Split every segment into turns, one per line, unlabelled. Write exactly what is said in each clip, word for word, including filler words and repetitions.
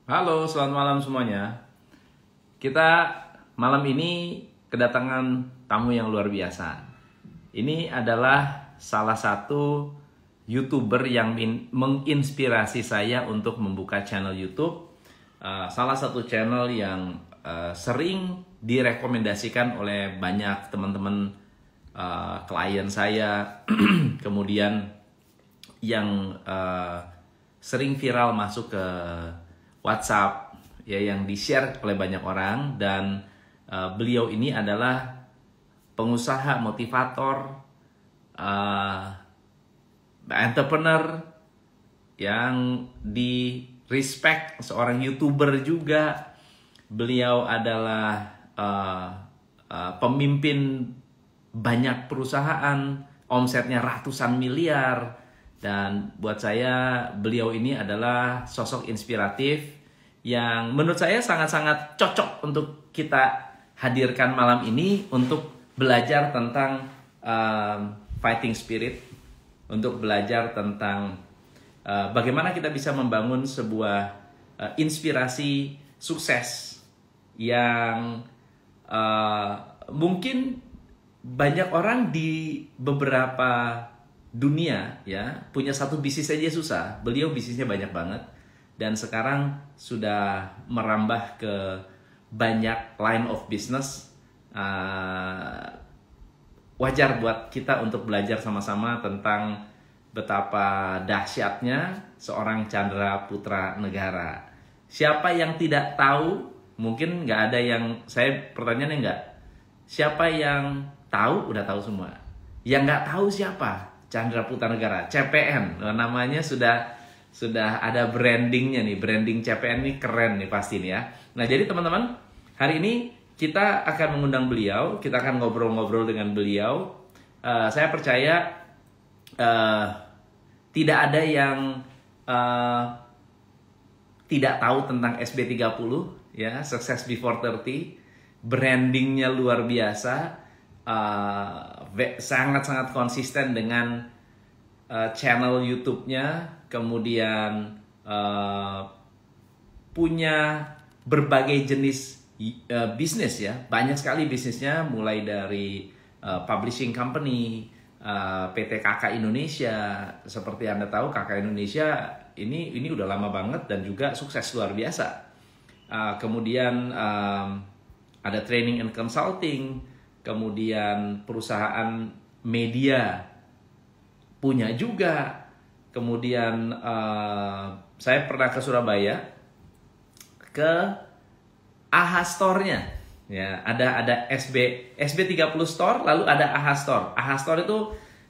Halo, selamat malam semuanya. Kita malam ini kedatangan tamu yang luar biasa. Ini adalah salah satu YouTuber yang min- menginspirasi saya untuk membuka channel YouTube. Uh, salah satu channel yang uh, sering direkomendasikan oleh banyak teman-teman uh, klien saya. Kemudian yang uh, sering viral masuk ke WhatsApp ya, yang di-share oleh banyak orang. Dan uh, beliau ini adalah pengusaha, motivator, uh, entrepreneur yang di respect, seorang YouTuber juga. Beliau adalah uh, uh, pemimpin banyak perusahaan, omsetnya ratusan miliar. Dan buat saya beliau ini adalah sosok inspiratif yang menurut saya sangat-sangat cocok untuk kita hadirkan malam ini untuk belajar tentang um, fighting spirit, untuk belajar tentang uh, bagaimana kita bisa membangun sebuah uh, inspirasi sukses yang uh, mungkin banyak orang di beberapa dunia ya punya satu bisnis aja susah. Beliau bisnisnya banyak banget dan sekarang sudah merambah ke banyak line of business. Uh, wajar buat kita untuk belajar sama-sama tentang betapa dahsyatnya seorang Tjandra Putra Negara. Siapa yang tidak tahu? Mungkin nggak ada yang, saya pertanyaannya nggak, siapa yang tahu? Udah tahu semua. Yang nggak tahu siapa? Tjandra Putra Negara, C P N, namanya sudah sudah ada brandingnya nih, branding C P N nih keren nih pasti nih ya. Nah jadi teman-teman, hari ini kita akan mengundang beliau, kita akan ngobrol-ngobrol dengan beliau. Uh, saya percaya uh, tidak ada yang uh, tidak tahu tentang S B tiga puluh ya, Success Before thirty, brandingnya luar biasa. Uh, sangat-sangat konsisten dengan uh, channel YouTube-nya, kemudian uh, punya berbagai jenis uh, bisnis ya, banyak sekali bisnisnya, mulai dari uh, publishing company, uh, P T K K Indonesia. Seperti Anda tahu, K K Indonesia ini ini udah lama banget dan juga sukses luar biasa. Uh, kemudian um, ada training and consulting. Kemudian perusahaan media punya juga. Kemudian uh, saya pernah ke Surabaya, ke A H A Store-nya. Ya, ada ada S B S B tiga puluh Store, lalu ada A H A Store. A H A Store itu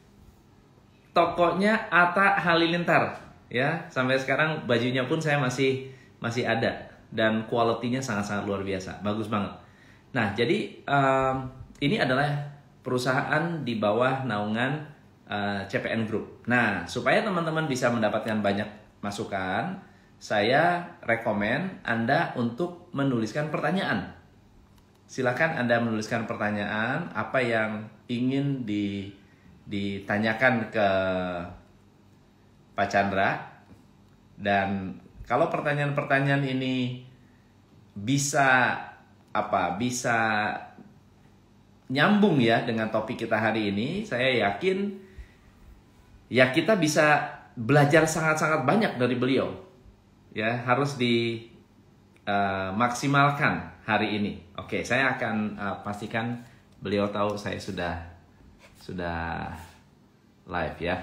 tokonya Atta Halilintar. Ya, sampai sekarang bajunya pun saya masih masih ada dan kualitinya sangat-sangat luar biasa, bagus banget. Nah, jadi um, ini adalah perusahaan di bawah naungan uh, C P N Group. Nah, supaya teman-teman bisa mendapatkan banyak masukan, saya rekomen Anda untuk menuliskan pertanyaan. Silakan Anda menuliskan pertanyaan apa yang ingin di, ditanyakan ke Pak Tjandra. Dan kalau pertanyaan-pertanyaan ini bisa apa? Bisa nyambung ya dengan topik kita hari ini, saya yakin ya kita bisa belajar sangat-sangat banyak dari beliau. Ya, harus dimaksimalkan uh, hari ini. Oke, saya akan uh, pastikan beliau tahu saya sudah sudah live ya.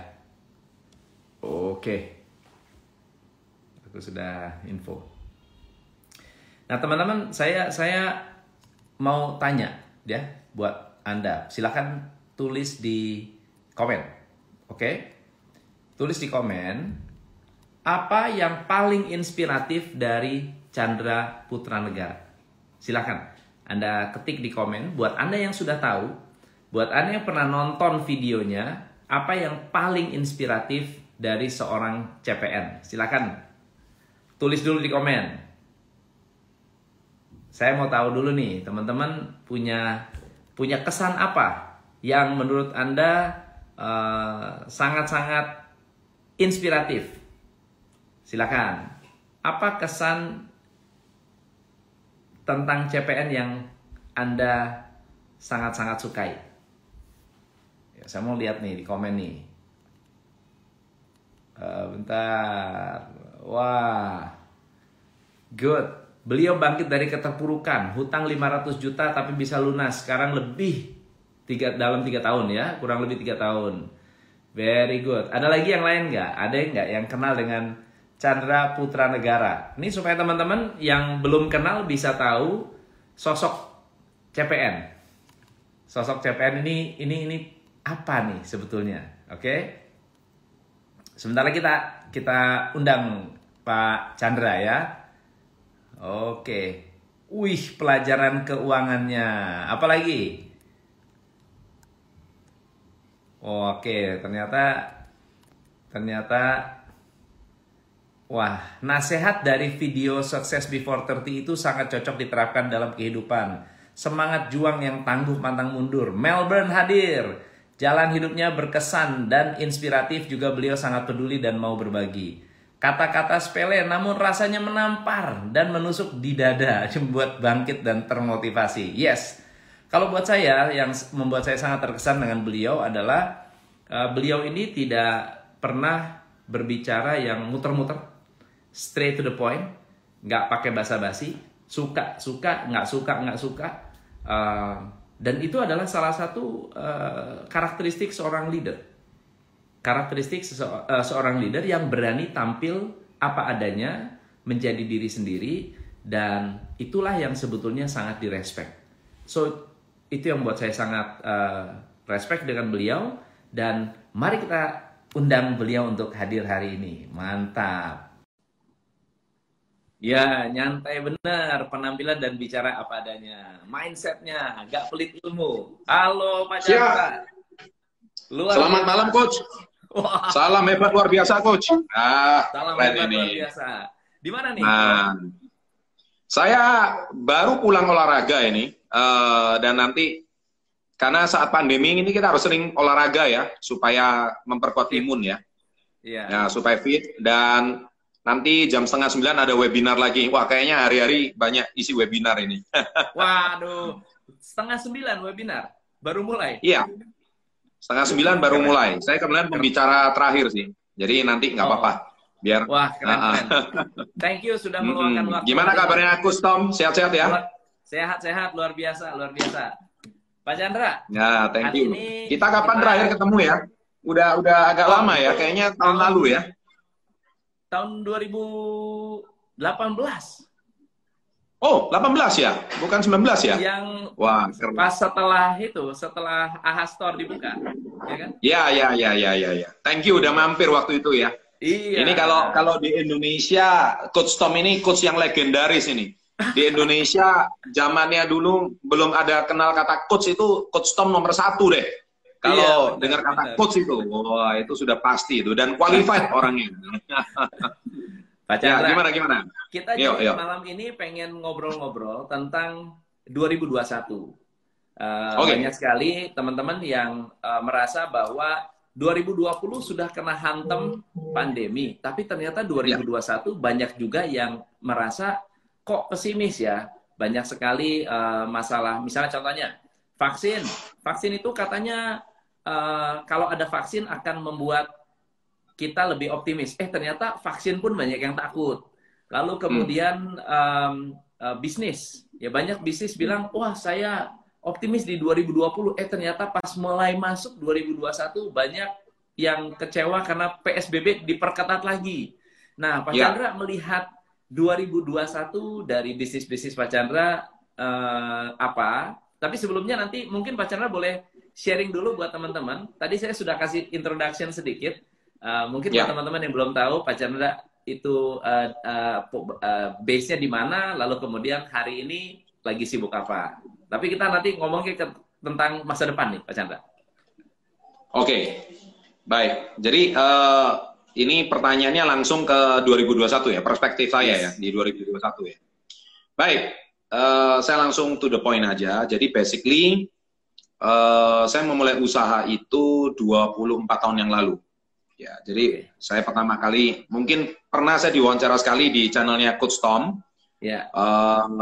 Oke. Aku sudah info. Nah, teman-teman, saya saya mau tanya ya buat Anda. Silakan tulis di komen. Oke? Tulis di komen apa yang paling inspiratif dari Tjandra Putra Negara. Silakan Anda ketik di komen. Buat Anda yang sudah tahu, buat Anda yang pernah nonton videonya, apa yang paling inspiratif dari seorang C P N. Silakan tulis dulu di komen. Saya mau tahu dulu nih, teman-teman punya punya kesan apa yang menurut Anda uh, sangat-sangat inspiratif. Silakan. Apa kesan tentang C P N yang Anda sangat-sangat sukai? Ya, saya mau lihat nih di komen nih. Uh, bentar. Wah. Good. Beliau bangkit dari keterpurukan. Hutang lima ratus juta tapi bisa lunas. Sekarang lebih tiga, dalam tiga tahun ya. Kurang lebih tiga tahun. Very good. Ada lagi yang lain nggak? Ada yang nggak yang kenal dengan Chandra Putra Negara? Ini supaya teman-teman yang belum kenal bisa tahu sosok C P N. Sosok C P N ini ini ini apa nih sebetulnya? Oke? Okay? Sebentar lagi kita kita undang Pak Chandra ya. Oke. Wih, pelajaran keuangannya. Apalagi? Oke, ternyata ternyata wah, nasihat dari video Success Before tiga puluh itu sangat cocok diterapkan dalam kehidupan. Semangat juang yang tangguh pantang mundur. Melbourne hadir. Jalan hidupnya berkesan dan inspiratif, juga beliau sangat peduli dan mau berbagi. Kata-kata sepele namun rasanya menampar dan menusuk di dada, membuat bangkit dan termotivasi. Yes, kalau buat saya yang membuat saya sangat terkesan dengan beliau adalah uh, beliau ini tidak pernah berbicara yang muter-muter, straight to the point, nggak pakai basa-basi, suka suka nggak suka nggak suka, uh, dan itu adalah salah satu uh, karakteristik seorang leader. Karakteristik sese uh, seorang leader yang berani tampil apa adanya, menjadi diri sendiri, dan itulah yang sebetulnya sangat direspek. So, itu yang buat saya sangat uh, respect dengan beliau, dan mari kita undang beliau untuk hadir hari ini. Mantap. Ya, nyantai benar, penampilan dan bicara apa adanya. Mindsetnya, gak pelit ilmu. Halo Pak Chandra.
Selamat malam Coach. Wah. Salam hebat luar biasa Coach. Ah,
salam hebat ini. Luar biasa. Di mana nih?
Nah, saya baru pulang olahraga ini, uh, dan nanti karena saat pandemi ini kita harus sering olahraga ya, supaya memperkuat imun ya. Iya. Ya, supaya fit, dan nanti jam setengah sembilan ada webinar lagi. Wah, kayaknya hari-hari banyak isi webinar ini.
Waduh, setengah sembilan webinar baru mulai.
Iya. Setengah sembilan baru mulai. Saya kemudian pembicara terakhir sih. Jadi nanti nggak apa-apa. Oh. Biar.
Wah, keren, uh, keren. Thank you sudah meluangkan
hmm.
waktu.
Gimana kabarnya Kus Tom? Sehat-sehat ya?
Sehat-sehat, luar biasa, luar biasa. Pak Chandra.
Ya, thank you.
Ini
kita kapan
kita...
terakhir ketemu ya? Udah udah agak oh, lama ya. Kayaknya tahun, tahun lalu ya.
Tahun dua ribu delapan belas.
Oh, delapan belas ya? Bukan sembilan belas ya?
Yang
wah,
pas setelah itu, setelah A H A Store dibuka, ya kan?
Ya, ya, ya, ya, ya, ya. Thank you udah mampir waktu itu ya.
Iya.
Ini kalau kalau di Indonesia, Coach Tom ini coach yang legendaris ini. Di Indonesia, zamannya dulu belum ada kenal kata coach, itu Coach Tom nomor satu deh. Kalau iya, dengar kata benar. Coach itu, wah itu sudah pasti itu, dan qualified orangnya.
Pak Chandra,
ya, gimana gimana?
Kita yo, jadi yo. malam ini pengen ngobrol-ngobrol tentang dua ribu dua puluh satu. Uh, okay. Banyak sekali teman-teman yang uh, merasa bahwa dua ribu dua puluh sudah kena hantam pandemi, tapi ternyata dua ribu dua puluh satu ya. Banyak juga yang merasa kok pesimis ya. Banyak sekali uh, masalah. Misalnya contohnya vaksin, vaksin itu katanya uh, kalau ada vaksin akan membuat kita lebih optimis. Eh ternyata vaksin pun banyak yang takut. Lalu kemudian hmm. um, uh, bisnis, ya banyak bisnis bilang, wah saya optimis di dua ribu dua puluh. Eh ternyata pas mulai masuk dua ribu dua puluh satu banyak yang kecewa karena P S B B diperketat lagi. Nah Pak ya. Chandra melihat dua ribu dua puluh satu dari bisnis-bisnis Pak Chandra uh, apa? Tapi sebelumnya nanti mungkin Pak Chandra boleh sharing dulu buat teman-teman. Tadi saya sudah kasih introduction sedikit. Uh, mungkin ya. buat teman-teman yang belum tahu Pak Chandra itu uh, uh, uh, base-nya di mana, lalu kemudian hari ini lagi sibuk apa. Tapi kita nanti ngomongin ke, tentang masa depan nih Pak Chandra.
Oke, okay. Baik. Jadi uh, ini pertanyaannya langsung ke dua ribu dua puluh satu ya, perspektif saya yes. ya di dua ribu dua puluh satu ya. Baik, uh, saya langsung to the point aja. Jadi basically uh, saya memulai usaha itu dua puluh empat tahun yang lalu. Ya, jadi saya pertama kali, mungkin pernah saya diwawancara sekali di channelnya Coach Tom. Ya. Uh,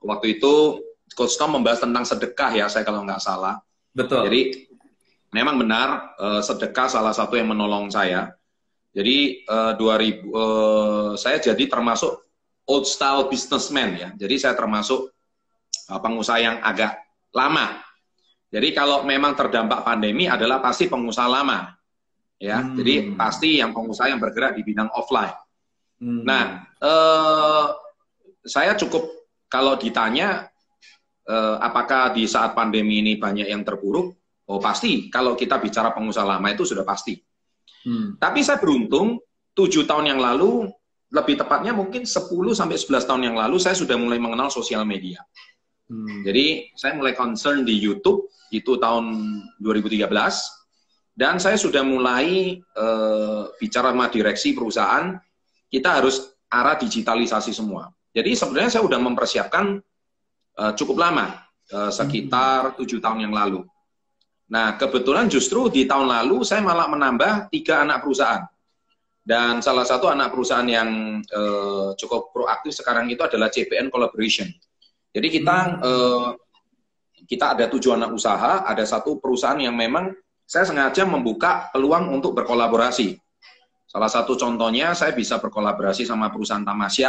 waktu itu Coach Tom membahas tentang sedekah ya, saya kalau nggak salah.
Betul.
Jadi memang benar uh, sedekah salah satu yang menolong saya. Jadi uh, dua ribu uh, saya jadi termasuk old style businessman ya. Jadi saya termasuk uh, pengusaha yang agak lama. Jadi kalau memang terdampak pandemi adalah pasti pengusaha lama. Ya, hmm. Jadi pasti yang pengusaha yang bergerak di bidang offline. Hmm. Nah, uh, saya cukup kalau ditanya uh, apakah di saat pandemi ini banyak yang terpuruk? Oh pasti, kalau kita bicara pengusaha lama itu sudah pasti. Hmm. Tapi saya beruntung, tujuh tahun yang lalu, lebih tepatnya mungkin sepuluh sampai sebelas tahun yang lalu, saya sudah mulai mengenal sosial media. Hmm. Jadi saya mulai concern di YouTube, itu tahun dua ribu tiga belas, dan saya sudah mulai uh, bicara sama direksi perusahaan, kita harus arah digitalisasi semua. Jadi sebenarnya saya sudah mempersiapkan uh, cukup lama, uh, sekitar tujuh tahun yang lalu. Nah, kebetulan justru di tahun lalu saya malah menambah tiga anak perusahaan. Dan salah satu anak perusahaan yang eh, cukup proaktif sekarang itu adalah C P N Collaboration. Jadi kita, hmm. eh, kita ada tujuh anak usaha, ada satu perusahaan yang memang saya sengaja membuka peluang untuk berkolaborasi. Salah satu contohnya saya bisa berkolaborasi sama perusahaan Tamasya,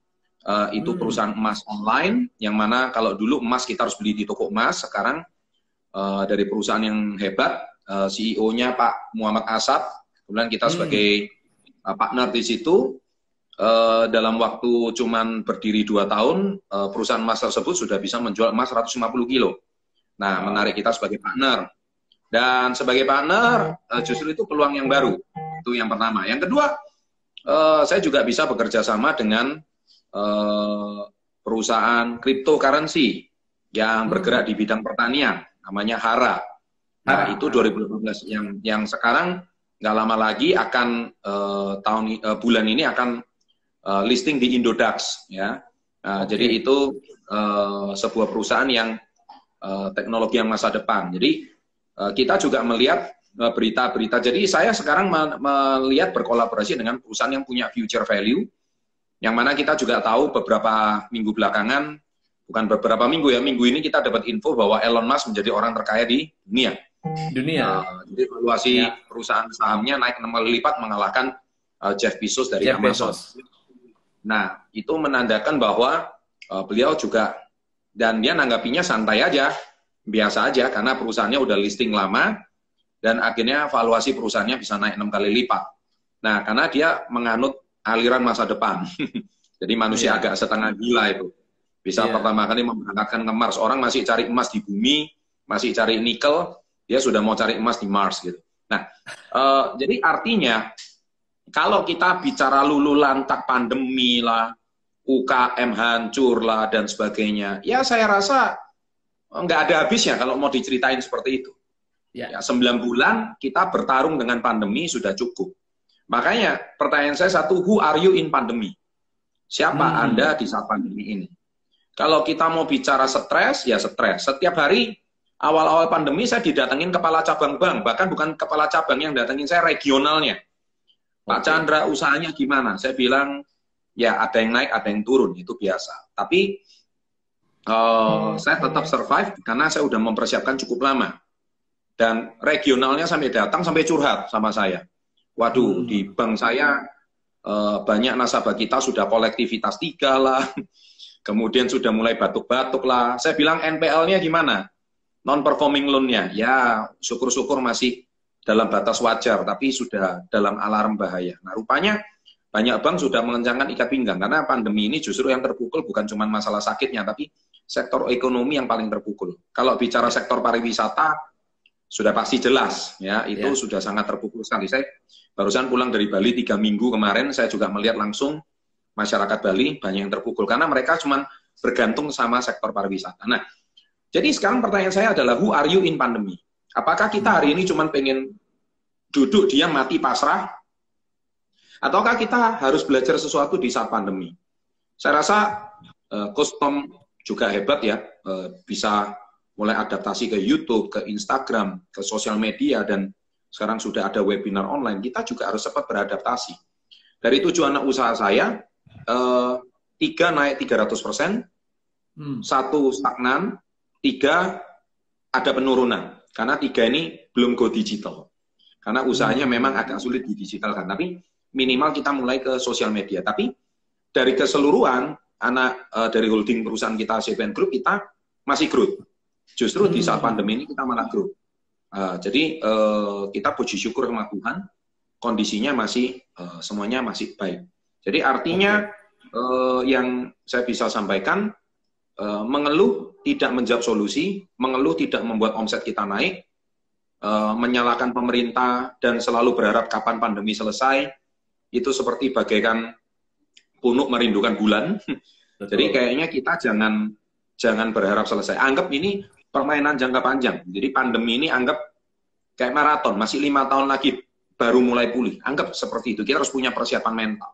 eh, itu hmm. perusahaan emas online, yang mana kalau dulu emas kita harus beli di toko emas, sekarang Uh, dari perusahaan yang hebat, uh, C E O-nya Pak Muhammad Asad, kemudian kita sebagai hmm. uh, partner di situ, uh, dalam waktu cuman berdiri dua tahun, uh, perusahaan emas tersebut sudah bisa menjual emas seratus lima puluh kilo. Nah, wow. menarik kita sebagai partner. Dan sebagai partner, uh, justru itu peluang yang baru. Itu yang pertama. Yang kedua, uh, saya juga bisa bekerja sama dengan uh, perusahaan cryptocurrency yang hmm. bergerak di bidang pertanian. Namanya Hara. Nah, itu dua ribu delapan belas yang yang sekarang nggak lama lagi akan uh, tahun uh, bulan ini akan uh, listing di Indodax ya. Nah, okay. Jadi itu uh, sebuah perusahaan yang uh, teknologi yang masa depan. Jadi uh, kita juga melihat berita-berita. Uh, Jadi saya sekarang melihat berkolaborasi dengan perusahaan yang punya future value, yang mana kita juga tahu beberapa minggu belakangan, bukan beberapa minggu ya, minggu ini kita dapat info bahwa Elon Musk menjadi orang terkaya di dunia.
Dunia.
Uh, jadi valuasi ya. Perusahaan sahamnya naik enam kali lipat mengalahkan uh, Jeff Bezos dari
Jeff
Amazon.
Bezos.
Nah, itu menandakan bahwa uh, beliau juga, dan dia nanggapinya santai aja, biasa aja, karena perusahaannya udah listing lama, dan akhirnya valuasi perusahaannya bisa naik enam kali lipat. Nah, karena dia menganut aliran masa depan. Jadi manusia ya. agak setengah gila itu. Bisa yeah. pertama kali memberangkatkan ke Mars. Orang masih cari emas di bumi, masih cari nikel, dia sudah mau cari emas di Mars gitu. Nah, uh, jadi artinya kalau kita bicara lulu lantak pandemi lah, U K M hancur lah dan sebagainya, ya saya rasa nggak ada habisnya kalau mau diceritain seperti itu. Yeah. Ya, sembilan bulan kita bertarung dengan pandemi sudah cukup. Makanya pertanyaan saya satu, who are you in pandemi? Siapa hmm. Anda di saat pandemi ini? Kalau kita mau bicara stres, ya stres. Setiap hari, awal-awal pandemi, saya didatengin kepala cabang bank. Bahkan bukan kepala cabang yang datengin saya, regionalnya. Pak Chandra, usahanya gimana? Saya bilang, ya ada yang naik, ada yang turun. Itu biasa. Tapi, uh, saya tetap survive karena saya udah mempersiapkan cukup lama. Dan regionalnya sampai datang, sampai curhat sama saya. Waduh, hmm. di bank saya, uh, banyak nasabah kita sudah kolektivitas tiga lah. Kemudian sudah mulai batuk-batuk lah. Saya bilang N P L-nya gimana? Non-performing loan-nya. Ya, syukur-syukur masih dalam batas wajar, tapi sudah dalam alarm bahaya. Nah, rupanya banyak bank sudah mengencangkan ikat pinggang, karena pandemi ini justru yang terpukul bukan cuma masalah sakitnya, tapi sektor ekonomi yang paling terpukul. Kalau bicara sektor pariwisata, sudah pasti jelas. ya Itu ya. sudah sangat terpukul sekali. Saya barusan pulang dari Bali tiga minggu kemarin, saya juga melihat langsung masyarakat Bali banyak yang terpukul karena mereka cuma bergantung sama sektor pariwisata. Nah, jadi sekarang pertanyaan saya adalah who are you in pandemi? Apakah kita hari ini cuma pengen duduk diam mati pasrah? Ataukah kita harus belajar sesuatu di saat pandemi? Saya rasa uh, Coach Tom juga hebat ya, uh, bisa mulai adaptasi ke YouTube, ke Instagram, ke sosial media, dan sekarang sudah ada webinar online. Kita juga harus cepat beradaptasi. Dari tujuh anak usaha saya, Uh, tiga naik tiga ratus persen, Hmm. Satu, stagnan. Tiga, ada penurunan. Karena tiga ini belum go digital. Karena usahanya hmm. memang agak sulit di digital kan. Tapi minimal kita mulai ke sosial media. Tapi dari keseluruhan, anak uh, dari holding perusahaan kita, C P N Group, kita masih growth. Justru hmm. di saat pandemi ini kita malah growth. Uh, jadi uh, kita puji syukur sama Tuhan, kondisinya masih, uh, semuanya masih baik. Jadi artinya okay. uh, yang saya bisa sampaikan, uh, mengeluh tidak menjawab solusi, mengeluh tidak membuat omset kita naik, uh, menyalahkan pemerintah dan selalu berharap kapan pandemi selesai, itu seperti bagaikan punuk merindukan bulan. Betul. Jadi kayaknya kita jangan jangan berharap selesai. Anggap ini permainan jangka panjang. Jadi pandemi ini anggap kayak maraton, masih lima tahun lagi baru mulai pulih. Anggap seperti itu. Kita harus punya persiapan mental.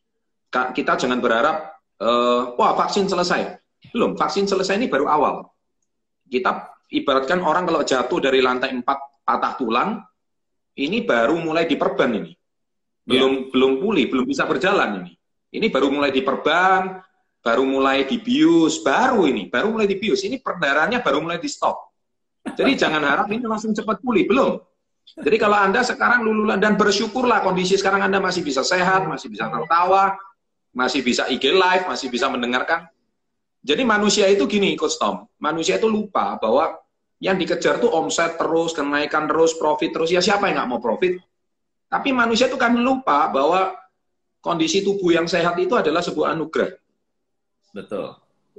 Kita jangan berharap, uh, wah vaksin selesai. Belum, vaksin selesai ini baru awal. Kita ibaratkan orang kalau jatuh dari lantai empat patah tulang, ini baru mulai diperban ini. Belum ya. belum pulih, belum bisa berjalan ini. Ini baru mulai diperban, baru mulai dibius, baru ini, baru mulai dibius. Ini perdarahannya baru mulai di stop. Jadi jangan harap ini langsung cepat pulih, belum. Jadi kalau Anda sekarang lululan dan bersyukurlah kondisi sekarang Anda masih bisa sehat, masih bisa tertawa, masih bisa I G live, masih bisa mendengarkan. Jadi manusia itu gini, Coach Tom, manusia itu lupa bahwa yang dikejar tuh omset terus, kenaikan terus, profit terus. Ya siapa yang nggak mau profit? Tapi manusia itu kan lupa bahwa kondisi tubuh yang sehat itu adalah sebuah anugerah.
Betul.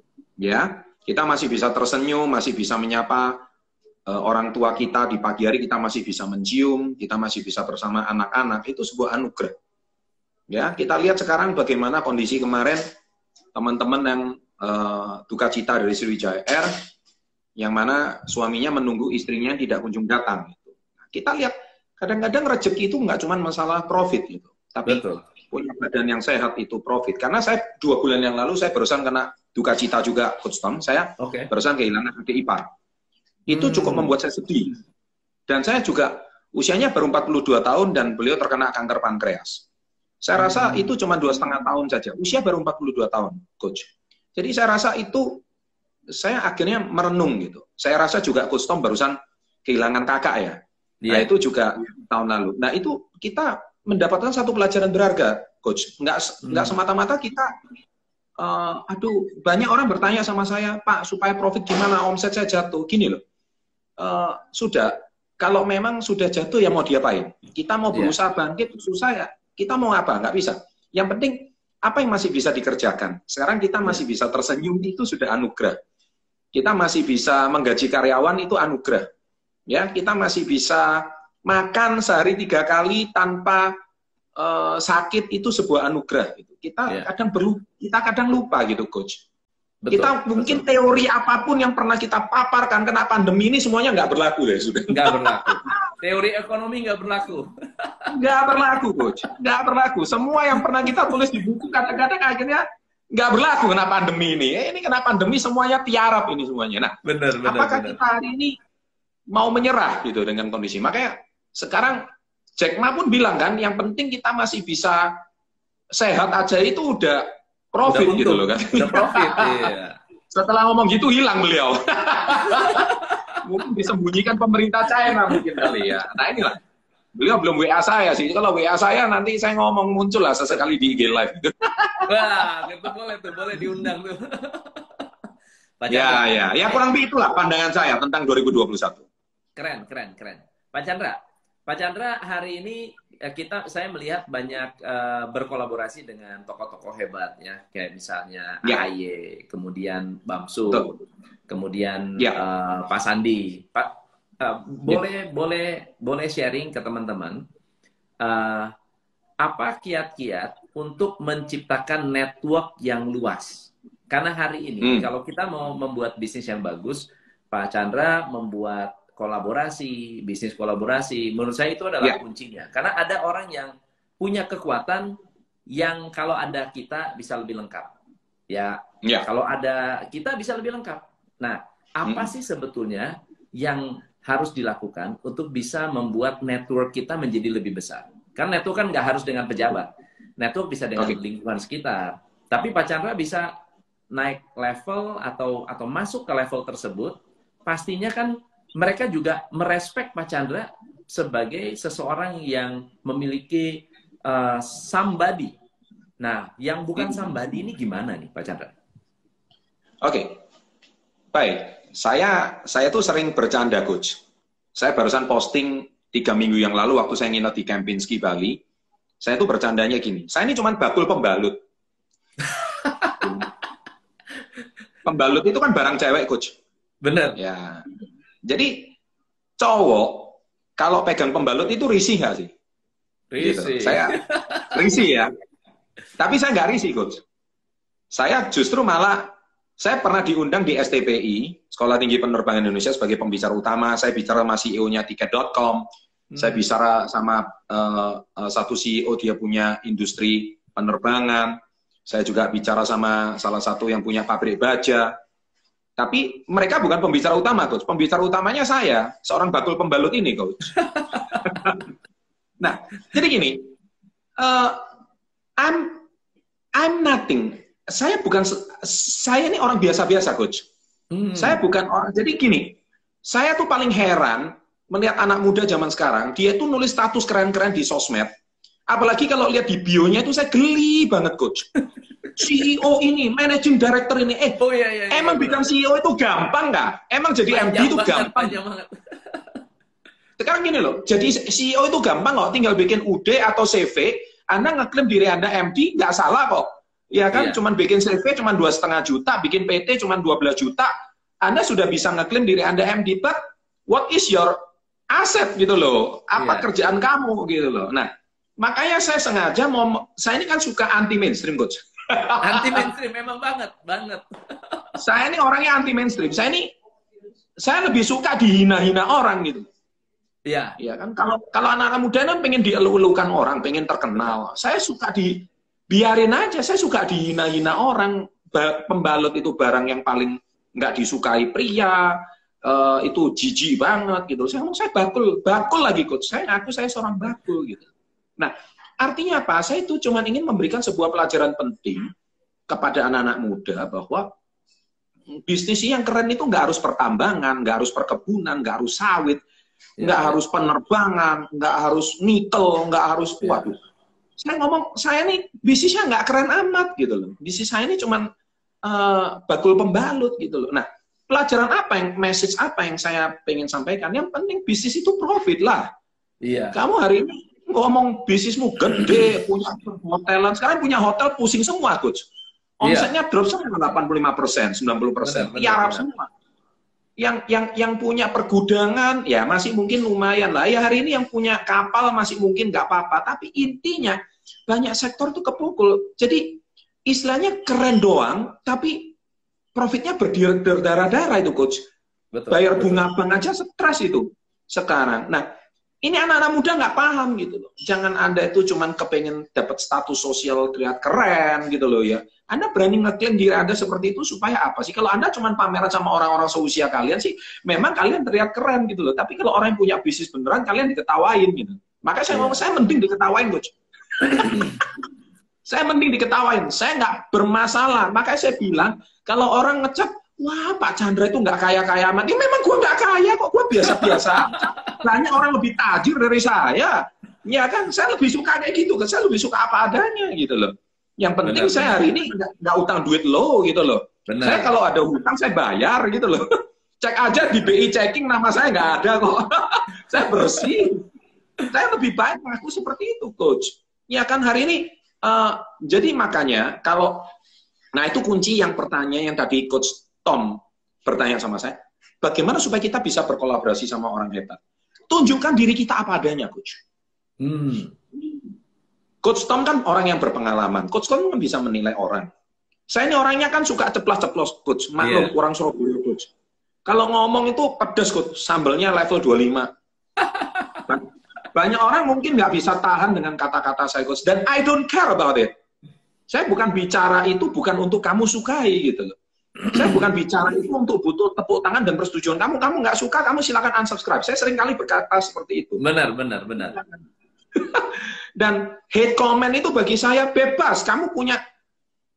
Ya, kita masih bisa tersenyum, masih bisa menyapa uh, orang tua kita di pagi hari, kita masih bisa mencium, kita masih bisa bersama anak-anak, itu sebuah anugerah. Ya, kita lihat sekarang bagaimana kondisi kemarin teman-teman yang uh, duka cita dari Sriwijaya Air, yang mana suaminya menunggu istrinya tidak kunjung datang. Gitu. Nah, kita lihat kadang-kadang rezeki itu nggak cuma masalah profit gitu, tapi betul. Punya badan yang sehat itu profit. Karena saya dua bulan yang lalu saya barusan kena duka cita juga, Coach Tom. Saya okay. barusan kehilangan adik ipar. Itu hmm. cukup membuat saya sedih. Dan saya juga usianya baru empat puluh dua tahun dan beliau terkena kanker pankreas. Saya rasa hmm. itu cuma dua setengah tahun saja. Usia baru empat puluh dua tahun, Coach. Jadi saya rasa itu, saya akhirnya merenung gitu. Saya rasa juga Coach Tom barusan kehilangan kakak ya. Yeah. Nah itu juga tahun lalu. Nah itu kita mendapatkan satu pelajaran berharga, Coach. Nggak, hmm. nggak semata-mata kita, uh, aduh, banyak orang bertanya sama saya, Pak, supaya profit gimana, omset saya jatuh. Gini loh, uh, sudah, kalau memang sudah jatuh ya mau diapain? Kita mau berusaha yeah. bangkit, susah ya. Kita mau apa? Nggak bisa. Yang penting, apa yang masih bisa dikerjakan? Sekarang kita masih bisa tersenyum, itu sudah anugerah. Kita masih bisa menggaji karyawan, itu anugerah. Ya, kita masih bisa makan sehari tiga kali tanpa uh, sakit, itu sebuah anugerah. Gitu. Kita yeah. kadang perlu, kita kadang lupa gitu, Coach. Betul, kita mungkin betul. Teori apapun yang pernah kita paparkan kena pandemi ini semuanya nggak berlaku ya sudah.
Nggak berlaku. Teori ekonomi nggak berlaku.
Nggak berlaku, Coach. Nggak berlaku. Semua yang pernah kita tulis di buku kadang-kadang akhirnya nggak berlaku kena pandemi ini. Eh, ini kena pandemi semuanya tiarap ini semuanya. Nah, benar, benar, apakah benar. Kita hari ini mau menyerah gitu dengan kondisi? Makanya sekarang Jack Ma pun bilang kan, yang penting kita masih bisa sehat aja itu udah profit udah gitu loh kan.
Udah profit, iya.
Setelah ngomong gitu hilang beliau. Mungkin disembunyikan pemerintah China mungkin kali ya. Nah inilah, beliau belum W A saya sih. Kalau W A saya nanti saya ngomong muncul lah sesekali di I G live.
Wah, itu boleh tuh, boleh diundang tuh.
Ya, ya, ya kurang lebih itulah pandangan saya tentang dua ribu dua puluh satu.
Keren, keren, keren. Pak Chandra, Pak Chandra hari ini kita saya melihat banyak uh, berkolaborasi dengan tokoh-tokoh hebat ya, kayak misalnya ya. A H Y, kemudian Bamsu, Betul. kemudian ya. uh, Pak Sandi. Pak uh, boleh ya. boleh boleh sharing ke teman-teman uh, apa kiat-kiat untuk menciptakan network yang luas? Karena hari ini hmm. kalau kita mau membuat bisnis yang bagus, Pak Chandra membuat kolaborasi, bisnis kolaborasi, menurut saya itu adalah yeah. kuncinya. Karena ada orang yang punya kekuatan yang kalau ada kita bisa lebih lengkap. Ya, yeah. kalau ada kita bisa lebih lengkap. Nah, apa hmm. sih sebetulnya yang harus dilakukan untuk bisa membuat network kita menjadi lebih besar? Karena network kan nggak harus dengan pejabat. Network bisa dengan okay. lingkungan sekitar. Tapi Pak Chandra bisa naik level atau atau masuk ke level tersebut, pastinya kan mereka juga merespek Pak Chandra sebagai seseorang yang memiliki uh, somebody. Nah, yang bukan somebody ini gimana nih Pak Chandra?
Oke, okay. Baik. Saya saya tuh sering bercanda, Coach. Saya barusan posting tiga minggu yang lalu waktu saya nginep di Kempinski, Bali. Saya tuh bercandanya gini, saya ini cuma bakul pembalut. Pembalut itu kan barang cewek, Coach.
Bener.
Ya. Jadi, cowok, kalau pegang pembalut itu risih nggak sih?
Risih.
Gitu. Saya risih ya. Tapi saya nggak risih, Coach. Saya justru malah, saya pernah diundang di S T P I, Sekolah Tinggi Penerbangan Indonesia, sebagai pembicara utama. Saya bicara sama C E O-nya tiket dot com. Hmm. Saya bicara sama uh, uh, satu C E O, dia punya industri penerbangan. Saya juga bicara sama salah satu yang punya pabrik baja. Tapi mereka bukan pembicara utama, Coach. Pembicara utamanya saya, seorang bakul pembalut ini, Coach. Nah, jadi gini, uh, I'm I'm nothing. Saya bukan, saya ini orang biasa-biasa, Coach. Hmm. Saya bukan orang, jadi gini, saya tuh paling heran melihat anak muda zaman sekarang, dia tuh nulis status keren-keren di sosmed. Apalagi kalau lihat di bio-nya itu saya geli banget, Coach. C E O ini, managing director ini, eh,
oh, iya, iya,
emang
iya,
bikin C E O itu gampang nggak? Emang jadi M D itu gampang?
Banget.
Sekarang gini loh, jadi C E O itu gampang kok, tinggal bikin U D atau C V, Anda ngeklaim diri Anda M D, nggak salah kok. Ya kan, iya. Cuman bikin C V cuma dua setengah juta, bikin P T cuma dua belas juta, Anda sudah bisa ngeklaim diri Anda M D, but what is your asset gitu loh? Apa iya. kerjaan kamu gitu loh? Nah, makanya saya sengaja mau, saya ini kan suka anti mainstream, Coach.
Anti mainstream, memang banget, banget.
Saya ini orangnya anti mainstream. Saya ini, saya lebih suka dihina-hina orang gitu.
Iya.
Iya kan, kalau kalau anak-anak muda kan pengen dielu-elukan orang, pengen terkenal. Saya suka di, biarin aja. Saya suka dihina-hina orang. Pembalut itu barang yang paling nggak disukai pria. Uh, itu jijik banget gitu. Saya ngomong saya bakul, bakul lagi, Coach. Saya ngaku saya seorang bakul gitu. Nah, artinya apa? Saya itu cuma ingin memberikan sebuah pelajaran penting kepada anak-anak muda bahwa bisnis yang keren itu nggak harus pertambangan, nggak harus perkebunan, nggak harus sawit, nggak ya. harus penerbangan, nggak harus nikel, nggak harus ya. Waduh. Saya ngomong, saya ini bisnisnya nggak keren amat gitu loh. Bisnis saya ini cuma uh, bakul pembalut gitu loh. Nah, pelajaran apa yang, message apa yang saya pengen sampaikan? Yang penting bisnis itu profit lah. Iya. Kamu hari ini ngomong bisnismu gede, punya hotelan, sekarang punya hotel pusing semua, Coach. Omsetnya yeah. drop sampai delapan puluh lima persen, sembilan puluh persen. Tiarap semua. Yang yang yang punya pergudangan, ya masih mungkin lumayan lah. Ya hari ini yang punya kapal masih mungkin nggak apa-apa. Tapi intinya, banyak sektor itu kepukul. Jadi, istilahnya keren doang, tapi profitnya berdarah-darah itu, Coach. Betul, Bayar betul. bunga bank aja stres itu sekarang. Nah, ini anak-anak muda nggak paham gitu loh. Jangan Anda itu cuman kepengen dapat status sosial terlihat keren gitu loh ya. Anda berani ngeklaim diri Anda seperti itu supaya apa sih? Kalau Anda cuman pameran sama orang-orang seusia kalian sih, memang kalian terlihat keren gitu loh. Tapi kalau orang yang punya bisnis beneran, kalian diketawain gitu. Makanya saya ngomong, yeah. saya mending diketawain, Coach. Saya mending diketawain. Saya nggak bermasalah. Makanya saya bilang, kalau orang ngecap, wah Pak Chandra itu nggak kaya-kaya amat. Ya memang gue nggak kaya kok, gue biasa-biasa. Banyak orang lebih tajir dari saya. Ya kan, saya lebih suka kayak gitu. Saya lebih suka apa adanya gitu loh. Yang penting benar, saya benar. hari ini nggak utang duit lo gitu loh. Benar. Saya kalau ada hutang saya bayar gitu loh. Cek aja di B I checking nama saya nggak ada kok. Saya bersih. Saya lebih baik aku seperti itu, Coach. Ya kan hari ini. Uh, jadi makanya kalau, nah itu kunci yang pertanyaan yang tadi Coach Tom bertanya sama saya. Bagaimana supaya kita bisa berkolaborasi sama orang hebat? Tunjukkan diri kita apa adanya, Coach. Hmm. Coach Tom kan orang yang berpengalaman. Coach Tom kan bisa menilai orang. Saya ini orangnya kan suka ceplas-ceplos, Coach. Maklum, yeah. orang Surabaya, Coach. Kalau ngomong itu pedas, Coach. Sambelnya level dua puluh lima. Banyak orang mungkin nggak bisa tahan dengan kata-kata saya, Coach. Dan I don't care about it. Saya bukan bicara itu bukan untuk kamu sukai, gitu loh. Saya bukan bicara itu untuk butuh tepuk tangan dan persetujuan kamu. Kamu nggak suka, kamu silakan unsubscribe. Saya sering kali berkata seperti itu.
Benar, benar, benar.
Dan hate comment itu bagi saya bebas. Kamu punya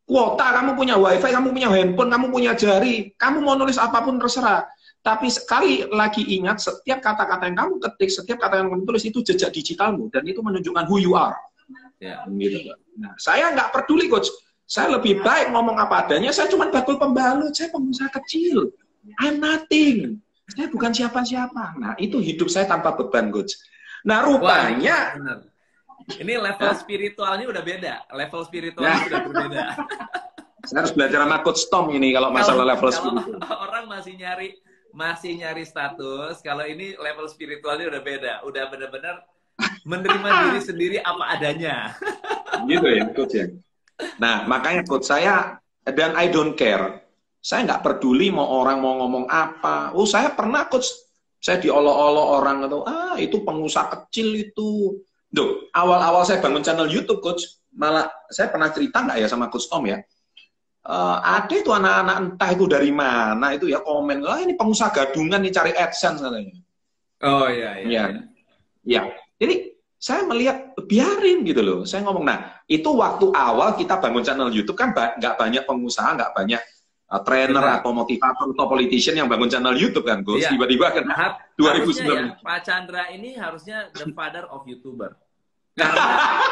kuota, kamu punya wifi, kamu punya handphone, kamu punya jari, kamu mau nulis apapun terserah. Tapi sekali lagi ingat, setiap kata-kata yang kamu ketik, setiap kata yang kamu tulis itu jejak digitalmu, dan itu menunjukkan who you are. Ya, gitu. Nah, saya nggak peduli, Coach. Saya lebih baik ngomong apa adanya. Saya cuma bakul pembalut. Saya pengusaha kecil. I'm nothing. Saya bukan siapa-siapa. Nah, itu hidup saya tanpa beban, Coach. Nah, rupanya...
Wah, ini level ya? Spiritualnya udah beda. Level spiritualnya ya. Udah berbeda.
Saya harus belajar sama Coach Tom ini kalau masalah
kalau,
level
kalau
spiritual.
Orang masih nyari masih nyari status. Kalau ini level spiritualnya udah beda. Udah benar-benar menerima diri sendiri apa adanya.
Gitu ya, Coach ya. Nah, makanya Coach saya, dan I don't care. Saya nggak peduli mau orang mau ngomong apa. Oh, saya pernah, Coach. Saya diolok-olok orang atau ah itu pengusaha kecil itu. Duh, awal-awal saya bangun channel YouTube, Coach, malah saya pernah cerita nggak ya sama Coach Tom ya? Uh, ada itu anak-anak entah itu dari mana itu ya komen, lah ini pengusaha gadungan nih cari AdSense katanya.
Oh iya iya.
Ya, ya. Jadi saya melihat biarin gitu loh. Saya ngomong, nah itu waktu awal kita bangun channel YouTube kan nggak banyak pengusaha, nggak banyak uh, trainer Benar. atau motivator atau politician yang bangun channel YouTube kan, Coach. Iya. Tiba-tiba kan dua ribu sembilan.
Ya, Pak Chandra ini harusnya the father of YouTuber. Karena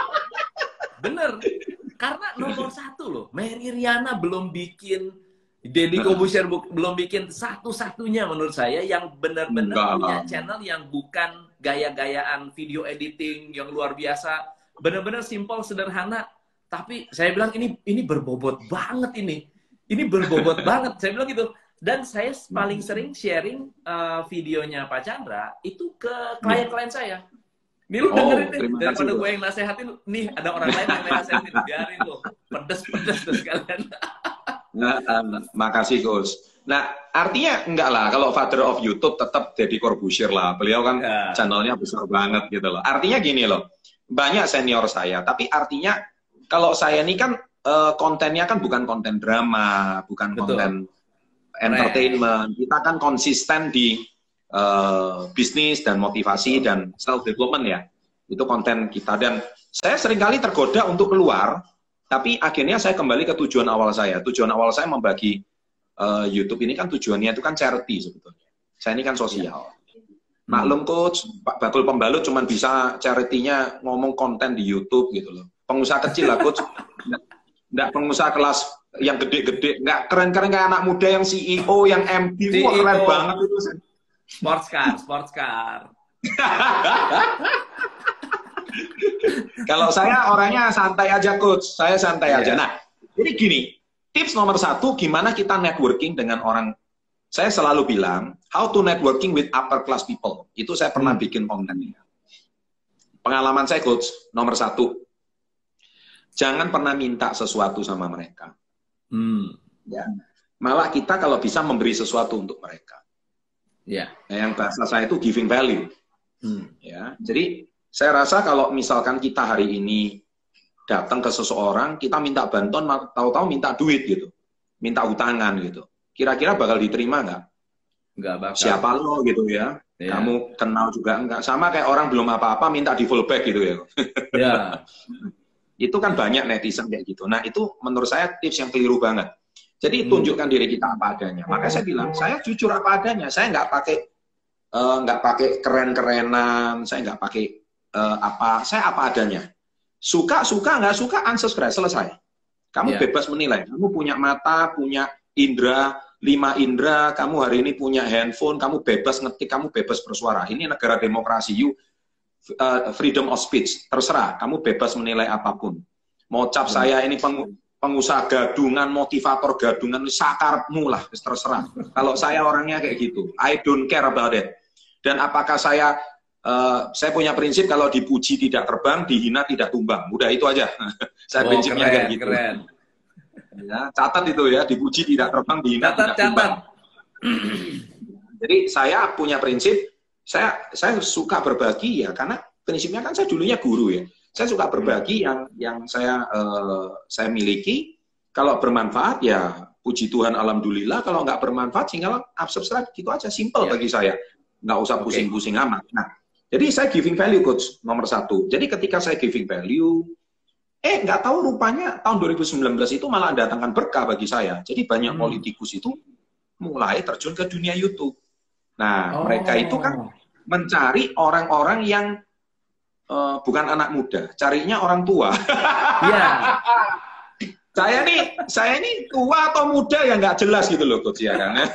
bener, karena nomor satu loh, Mary Riana belum bikin, Deddy Corbuzier belum bikin satu-satunya menurut saya yang benar-benar punya channel yang bukan gaya-gayaan video editing yang luar biasa, benar-benar simpel sederhana. Tapi saya bilang ini ini berbobot banget ini, ini berbobot banget. Saya bilang gitu. Dan saya paling sering sharing uh, videonya Pak Chandra itu ke klien-klien saya. Nih lu dengerin oh, nih, daripada gue yang nasehatin, nih ada orang lain yang nasehatin, biarin lo, pedes-pedes tuh sekalian.
Nah, um, makasih Coach. Nah, artinya enggak lah, kalau father of YouTube tetap Deddy Corbuzier lah, beliau kan ya. Channelnya besar banget gitu loh. Artinya gini loh, banyak senior saya, tapi artinya kalau saya ini kan uh, kontennya kan bukan konten drama, bukan Betul. konten entertainment, kita kan konsisten di Uh, bisnis dan motivasi dan self development ya, itu konten kita. Dan saya seringkali tergoda untuk keluar, tapi akhirnya saya kembali ke tujuan awal saya. Tujuan awal saya membagi uh, YouTube ini kan tujuannya itu kan charity sebetulnya. Saya ini kan sosial. Hmm. Maklum Coach, Pak Bakul Pembalut cuma bisa charity-nya ngomong konten di YouTube gitu loh. Pengusaha kecil lah Coach, nggak pengusaha kelas yang gede-gede, nggak keren-keren kayak anak muda yang C E O, yang M D, wah keren banget itu.
Sports car, sports car.
Kalau saya orangnya santai aja Coach, saya santai yeah. aja. Nah, jadi gini, tips nomor satu gimana kita networking dengan orang. Saya selalu bilang, how to networking with upper class people. Itu saya pernah hmm. bikin kontennya. Pengalaman saya Coach, nomor satu, jangan pernah minta sesuatu sama mereka. Hmm. Ya, malah kita kalau bisa memberi sesuatu untuk mereka. Ya, yeah. Yang bahasa saya itu giving value. Hmm. Ya, jadi saya rasa kalau misalkan kita hari ini datang ke seseorang, kita minta bantuan, tahu-tahu minta duit gitu, minta utangan gitu, kira-kira bakal diterima nggak?
Nggak bakal.
Siapa lo gitu ya? Yeah. Kamu kenal juga enggak? Sama kayak orang belum apa-apa minta di fullback gitu ya. Ya. Itu kan banyak netizen kayak gitu. Nah itu menurut saya tips yang keliru banget. Jadi tunjukkan hmm. diri kita apa adanya. Makanya saya bilang, saya jujur apa adanya. Saya nggak pakai uh, nggak pakai keren-kerenan. Saya nggak pakai uh, apa. Saya apa adanya. Suka suka nggak suka unsubscribe, selesai. Kamu yeah. bebas menilai. Kamu punya mata, punya indera, lima indera. Kamu hari ini punya handphone. Kamu bebas ngetik. Kamu bebas bersuara. Ini negara demokrasi. You uh, freedom of speech. Terserah. Kamu bebas menilai apapun. Mau cap hmm. saya ini peng pengusaha gadungan, motivator gadungan, sakarmu lah, terserah. Kalau saya orangnya kayak gitu, I don't care about it. Dan apakah saya, uh, saya punya prinsip kalau dipuji tidak terbang, dihina tidak tumbang. Udah itu aja. Saya oh, prinsipnya keren, kayak gitu. Keren. Ya, catat itu ya, dipuji tidak terbang, dihina catat, tidak catat. tumbang. Jadi saya punya prinsip, saya saya suka berbagi ya, karena prinsipnya kan saya dulunya guru ya. Saya suka berbagi yang yang saya uh, saya miliki. Kalau bermanfaat ya puji Tuhan alhamdulillah. Kalau nggak bermanfaat tinggal unsubscribe gitu aja, simple yeah. bagi saya. Nggak usah pusing-pusing okay. amat. Nah, jadi saya giving value Coach nomor satu. Jadi ketika saya giving value, Eh, nggak tahu rupanya tahun dua ribu sembilan belas itu malah datangkan berkah bagi saya. Jadi banyak hmm. politikus itu mulai terjun ke dunia YouTube. Nah, oh. mereka itu kan mencari orang-orang yang uh, bukan anak muda, carinya orang tua. Iya. saya nih, saya nih tua atau muda ya nggak jelas gitu loh, Coach ya kan.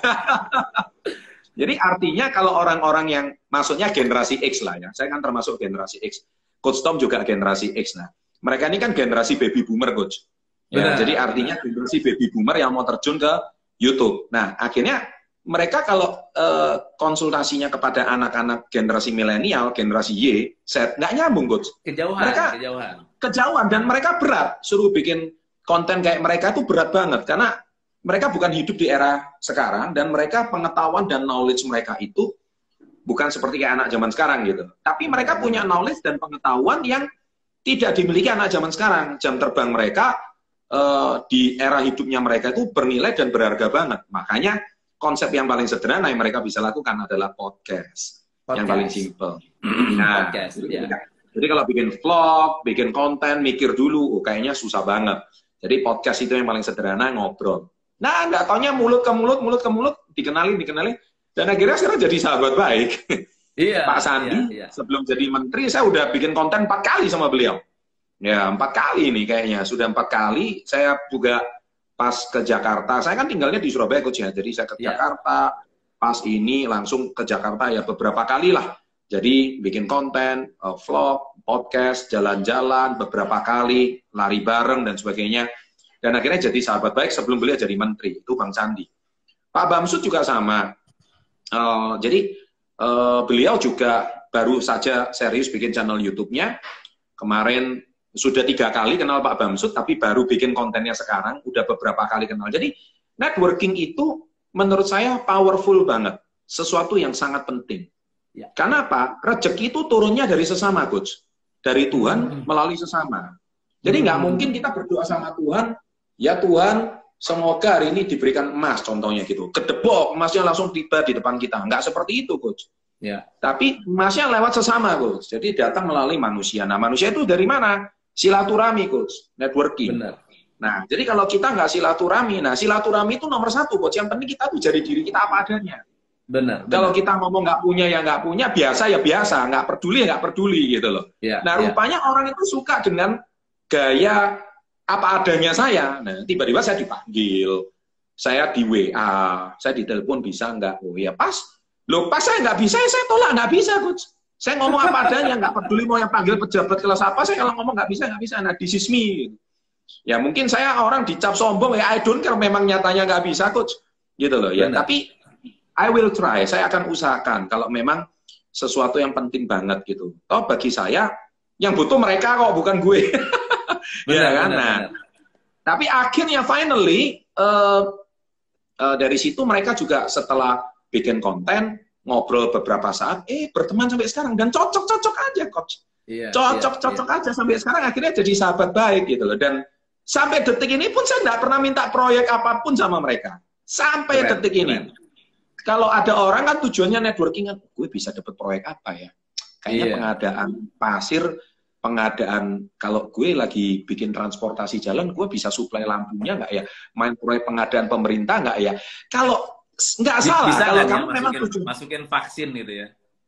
Jadi artinya kalau orang-orang yang maksudnya generasi X lah ya, saya kan termasuk generasi X. Coach Tom juga generasi X. Nah, mereka ini kan generasi baby boomer, Coach. Ya, jadi artinya generasi baby boomer yang mau terjun ke YouTube. Nah, akhirnya mereka kalau uh, konsultasinya kepada anak-anak generasi milenial, generasi Y, Z, nggak nyambung, Coach.
Kejauhan,
mereka
kejauhan.
Kejauhan, dan mereka berat. Suruh bikin konten kayak mereka itu berat banget. Karena mereka bukan hidup di era sekarang, dan mereka pengetahuan dan knowledge mereka itu bukan seperti kayak anak zaman sekarang gitu. Tapi mereka punya knowledge dan pengetahuan yang tidak dimiliki anak zaman sekarang. Jam terbang mereka uh, di era hidupnya mereka itu bernilai dan berharga banget. Makanya konsep yang paling sederhana yang mereka bisa lakukan adalah podcast. podcast. Yang paling simple. Nah, podcast, jadi, ya. jadi kalau bikin vlog, bikin konten, mikir dulu, oh, kayaknya susah banget. Jadi podcast itu yang paling sederhana, ngobrol. Nah, nggak taunya mulut ke mulut, mulut ke mulut, dikenali, dikenali. Dan akhirnya sekarang jadi sahabat baik. Iya, Pak Sandi, iya, iya. sebelum jadi menteri, saya udah bikin konten empat kali sama beliau. Ya, empat kali nih kayaknya. Sudah empat kali, saya juga pas ke Jakarta. Saya kan tinggalnya di Surabaya, Coach ya. Jadi saya ke iya. Jakarta, pas ini langsung ke Jakarta ya beberapa kali lah. Jadi bikin konten, uh, vlog, podcast, jalan-jalan, beberapa kali, lari bareng, dan sebagainya. Dan akhirnya jadi sahabat baik sebelum beliau jadi menteri. Itu Bang Sandi. Pak Bamsud juga sama. Uh, jadi... Uh, beliau juga baru saja serius bikin channel YouTube-nya. Kemarin sudah tiga kali kenal Pak Bamsud, tapi baru bikin kontennya sekarang, udah beberapa kali kenal. Jadi networking itu menurut saya powerful banget, sesuatu yang sangat penting. Ya. Karena apa? Rezeki itu turunnya dari sesama, Coach. Dari Tuhan melalui sesama. Jadi nggak hmm. mungkin kita berdoa sama Tuhan, ya Tuhan, semoga hari ini diberikan emas, contohnya gitu. Kedebok, emasnya langsung tiba di depan kita. Nggak seperti itu, Coach. Ya. Tapi emasnya lewat sesama, Coach. Jadi datang melalui manusia. Nah, manusia itu dari mana? Silaturahmi, Coach. Networking. Benar. Nah, jadi kalau kita nggak silaturahmi, nah silaturahmi itu nomor satu, Coach. Yang penting kita tuh jadi diri kita apa adanya. Benar. Kalau benar. Kita ngomong nggak punya ya nggak punya, biasa ya biasa. Nggak peduli ya nggak peduli, gitu loh. Ya, nah, rupanya ya. Orang itu suka dengan gaya apa adanya saya. Nah, tiba-tiba saya dipanggil, saya di W A, saya ditelepon bisa nggak? Oh ya pas, loh pas saya nggak bisa, ya saya tolak nggak bisa, Coach. Saya ngomong apa adanya, nggak peduli mau yang panggil pejabat kelas apa, saya kalau ngomong nggak bisa, nggak bisa. Nah, this is me. Ya mungkin saya orang dicap sombong, ya I don't care, memang nyatanya nggak bisa, Coach. Gitu loh, ya. Benar. Tapi I will try, saya akan usahakan kalau memang sesuatu yang penting banget gitu. Toh bagi saya, yang butuh mereka kok, bukan gue. Benar, ya kan? Benar, nah, benar. Tapi akhirnya finally uh, uh, dari situ mereka juga setelah bikin konten ngobrol beberapa saat, eh berteman sampai sekarang dan cocok-cocok aja, Coach. Iya, cocok-cocok iya, iya. aja sampai sekarang akhirnya jadi sahabat baik gitu loh. Dan sampai detik ini pun saya nggak pernah minta proyek apapun sama mereka. Sampai keren, detik ini. Keren. Kalau ada orang kan tujuannya networking kan, gue bisa dapat proyek apa ya? Kayaknya iya. pengadaan pasir. Pengadaan, kalau gue lagi bikin transportasi jalan, gue bisa suplai lampunya nggak ya? Main proyek pengadaan pemerintah nggak ya? Kalau nggak salah,
bisa
kalau
kamu
ya, memang
masukin, masukin vaksin gitu ya?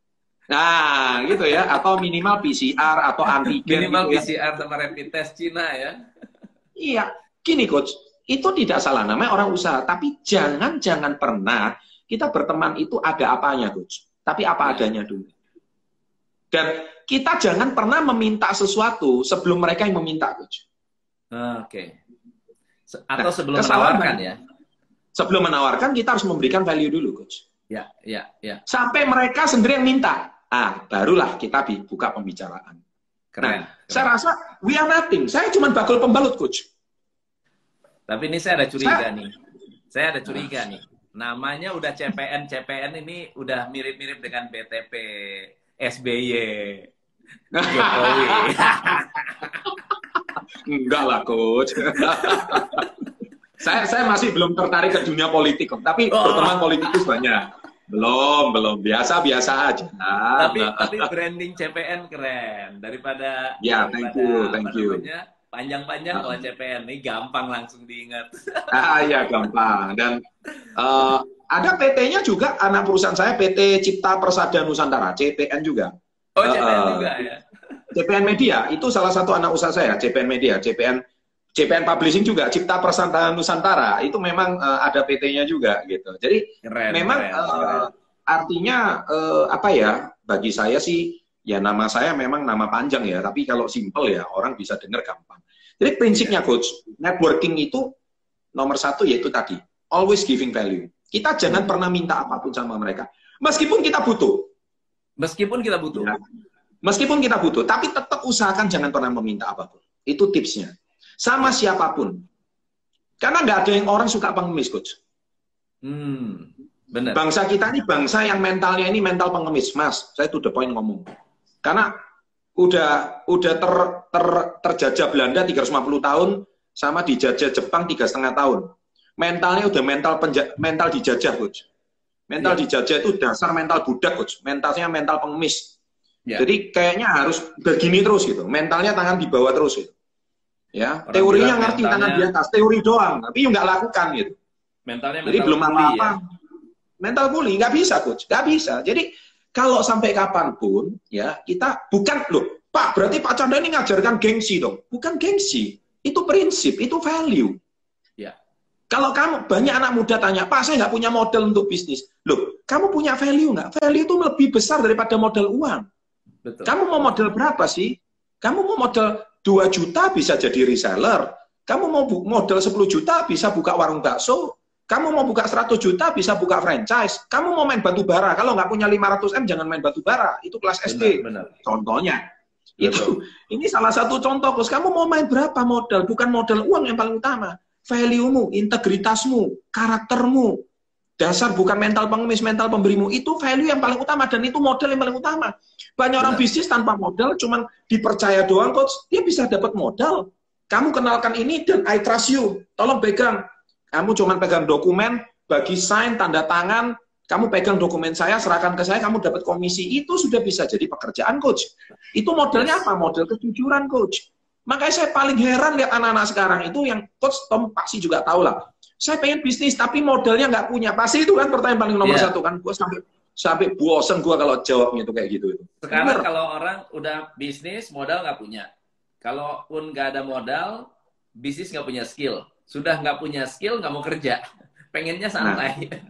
Nah, gitu ya, atau minimal P C R atau antigen.
Minimal
gitu
P C R ya. Sama rapid test Cina ya?
Iya, gini Coach, itu tidak salah, namanya orang usaha, tapi jangan-jangan pernah kita berteman itu ada apanya, Coach. Tapi apa adanya dulu. Dan kita jangan pernah meminta sesuatu sebelum mereka yang meminta, Coach.
Oke. Okay. Atau sebelum nah, menawarkan ya?
Sebelum menawarkan, kita harus memberikan value dulu, Coach.
Ya, ya, ya.
Sampai mereka sendiri yang minta. Ah, barulah kita buka pembicaraan. Keren. Nah, keren. Saya rasa we are nothing. Saya cuma bakul pembalut, Coach.
Tapi ini saya ada curiga saya... nih. Saya ada curiga nih. Namanya udah C P N. C P N ini udah mirip-mirip dengan B T P. S B Y, Jokowi.
Enggak lah, Coach. saya saya masih belum tertarik ke dunia politik, kok. Tapi oh. berteman politikus banyak. Belum, belum. Biasa-biasa aja.
Tapi, nah. tapi branding C P N keren. Daripada...
Ya, yeah, thank you, thank you.
Namanya, Panjang-panjang kalau C P N ini gampang langsung diingat.
Ah ya gampang. Dan uh, ada P T-nya juga anak perusahaan saya, P T Cipta Persada Nusantara, C P N juga.
Oh, C P N
uh,
juga ya.
C P N Media itu salah satu anak usaha saya, C P N Media, C P N C P N Publishing juga, Cipta Persada Nusantara itu memang uh, ada P T-nya juga gitu. Jadi keren, memang keren, uh, keren. Artinya uh, apa ya? Bagi saya sih ya nama saya memang nama panjang ya, tapi kalau simple ya orang bisa dengar gampang. Jadi prinsipnya yeah. Coach, networking itu nomor satu yaitu tadi always giving value. Kita jangan hmm. pernah minta apapun sama mereka, meskipun kita butuh.
Meskipun kita butuh. Ya.
Meskipun kita butuh, tapi tetap usahakan jangan pernah meminta apapun. Itu tipsnya. Sama siapapun. Karena nggak ada yang orang suka pengemis, Coach.
Hmm, benar.
Bangsa kita ini bangsa yang mentalnya ini mental pengemis, Mas. Saya to the point ngomong. Karena udah udah ter, ter, terjajah Belanda tiga ratus lima puluh tahun, sama dijajah Jepang tiga setengah tahun. Mentalnya udah mental penja, mental dijajah, Coach. Mental ya. Dijajah itu dasar mental budak, Coach. Mentalnya mental pengemis. Ya. Jadi kayaknya harus begini terus gitu. Mentalnya tangan di bawah terus gitu. Ya, orang teorinya ngerti mentalnya, tangan di atas, teori doang, tapi nggak lakukan gitu.
Mentalnya
Jadi
mental
belum apa-apa. Ya? Mental bully nggak bisa, Coach. Nggak bisa. Jadi kalau sampai kapanpun ya kita bukan loh, Pak, berarti Pak Chandra ini ngajarkan gengsi dong. Bukan gengsi. Itu prinsip, itu value.
Ya.
Kalau kamu, banyak anak muda tanya, Pak, saya nggak punya modal untuk bisnis. Loh, kamu punya value nggak? Value itu lebih besar daripada modal uang.
Betul.
Kamu mau modal berapa sih? Kamu mau modal dua juta bisa jadi reseller. Kamu mau modal sepuluh juta bisa buka warung bakso. Kamu mau buka seratus juta bisa buka franchise. Kamu mau main batu bara. Kalau nggak punya lima ratus M jangan main batu bara. Itu kelas S D.
Benar, benar.
Contohnya. Itu, ini salah satu contoh. Kamu mau main berapa modal? Bukan modal uang yang paling utama. Value-mu, integritasmu, karaktermu. Dasar bukan mental pengemis, mental pemberimu. Itu value yang paling utama. Dan itu modal yang paling utama. Banyak orang Benar. Bisnis tanpa modal, cuman dipercaya doang, Coach. Dia bisa dapat modal. Kamu kenalkan ini dan I trust you. Tolong pegang. Kamu cuman pegang dokumen, bagi sign, tanda tangan. Kamu pegang dokumen saya, serahkan ke saya, kamu dapat komisi. Itu sudah bisa jadi pekerjaan, Coach. Itu modalnya apa? Modal kejujuran, Coach. Makanya saya paling heran lihat anak-anak sekarang itu yang, Coach Tom pasti juga tahu lah. Saya pengen bisnis, tapi modalnya nggak punya. Pasti itu kan pertanyaan paling nomor yeah. satu kan. Gue sampai sampai bosen gue kalau jawabnya itu kayak gitu. Itu.
Sekarang Bener. Kalau orang udah bisnis, modal nggak punya. Kalaupun nggak ada modal, bisnis nggak punya skill. Sudah nggak punya skill, nggak mau kerja. Pengennya santai. Nah,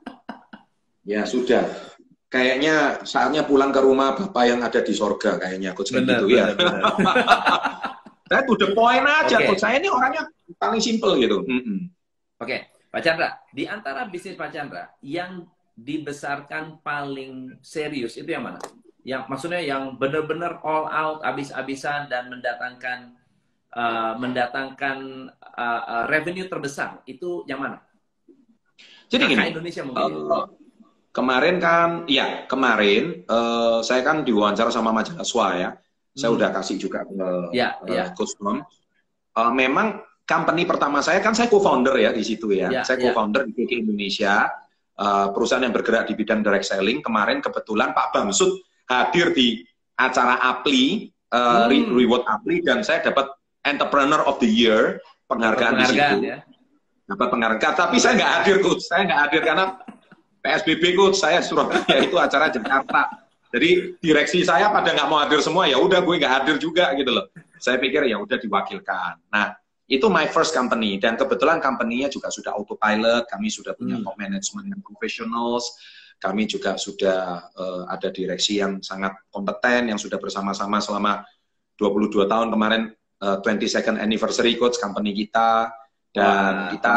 ya sudah. Kayaknya saatnya pulang ke rumah Bapak yang ada di sorga kayaknya. Coach
bener,
gitu
bener,
ya.
Bener.
Saya to the point aja.
Okay.
Coach. Saya ini orangnya paling simple gitu. Mm-mm.
Oke, okay. Pak Chandra, di antara bisnis Pak Chandra yang dibesarkan paling serius itu yang mana? Yang maksudnya yang benar-benar all out, abis-abisan dan mendatangkan uh, mendatangkan uh, uh, revenue terbesar itu yang mana?
Jadi gini,
Indonesia mungkin.
Uh, kemarin kan, ya kemarin uh, saya kan diwawancara sama majalah S W A ya. Saya hmm. udah kasih juga ke
ya,
uh,
ya.
Coach Tom. Uh, memang company pertama saya kan saya co-founder ya di situ ya. ya saya co-founder ya. Di P K Indonesia, uh, perusahaan yang bergerak di bidang direct selling. Kemarin kebetulan Pak Bamsud hadir di acara Apli, uh, hmm. Reward Apli, dan saya dapat Entrepreneur of the Year penghargaan, penghargaan di situ. Ya. Dapat penghargaan, tapi saya nggak hadir, Coach. Saya nggak hadir karena P S B B, Coach. Saya Surabaya itu acara Jakarta. Jadi direksi saya pada nggak mau hadir semua. Ya udah, gue nggak hadir juga gitu loh. Saya pikir ya udah diwakilkan. Nah. Itu my first company, dan kebetulan company-nya juga sudah autopilot, kami sudah punya hmm. top management yang professionals, kami juga sudah uh, ada direksi yang sangat kompeten, yang sudah bersama-sama selama dua puluh dua tahun kemarin, uh, twenty-second anniversary, Coach, company kita, dan wow, kita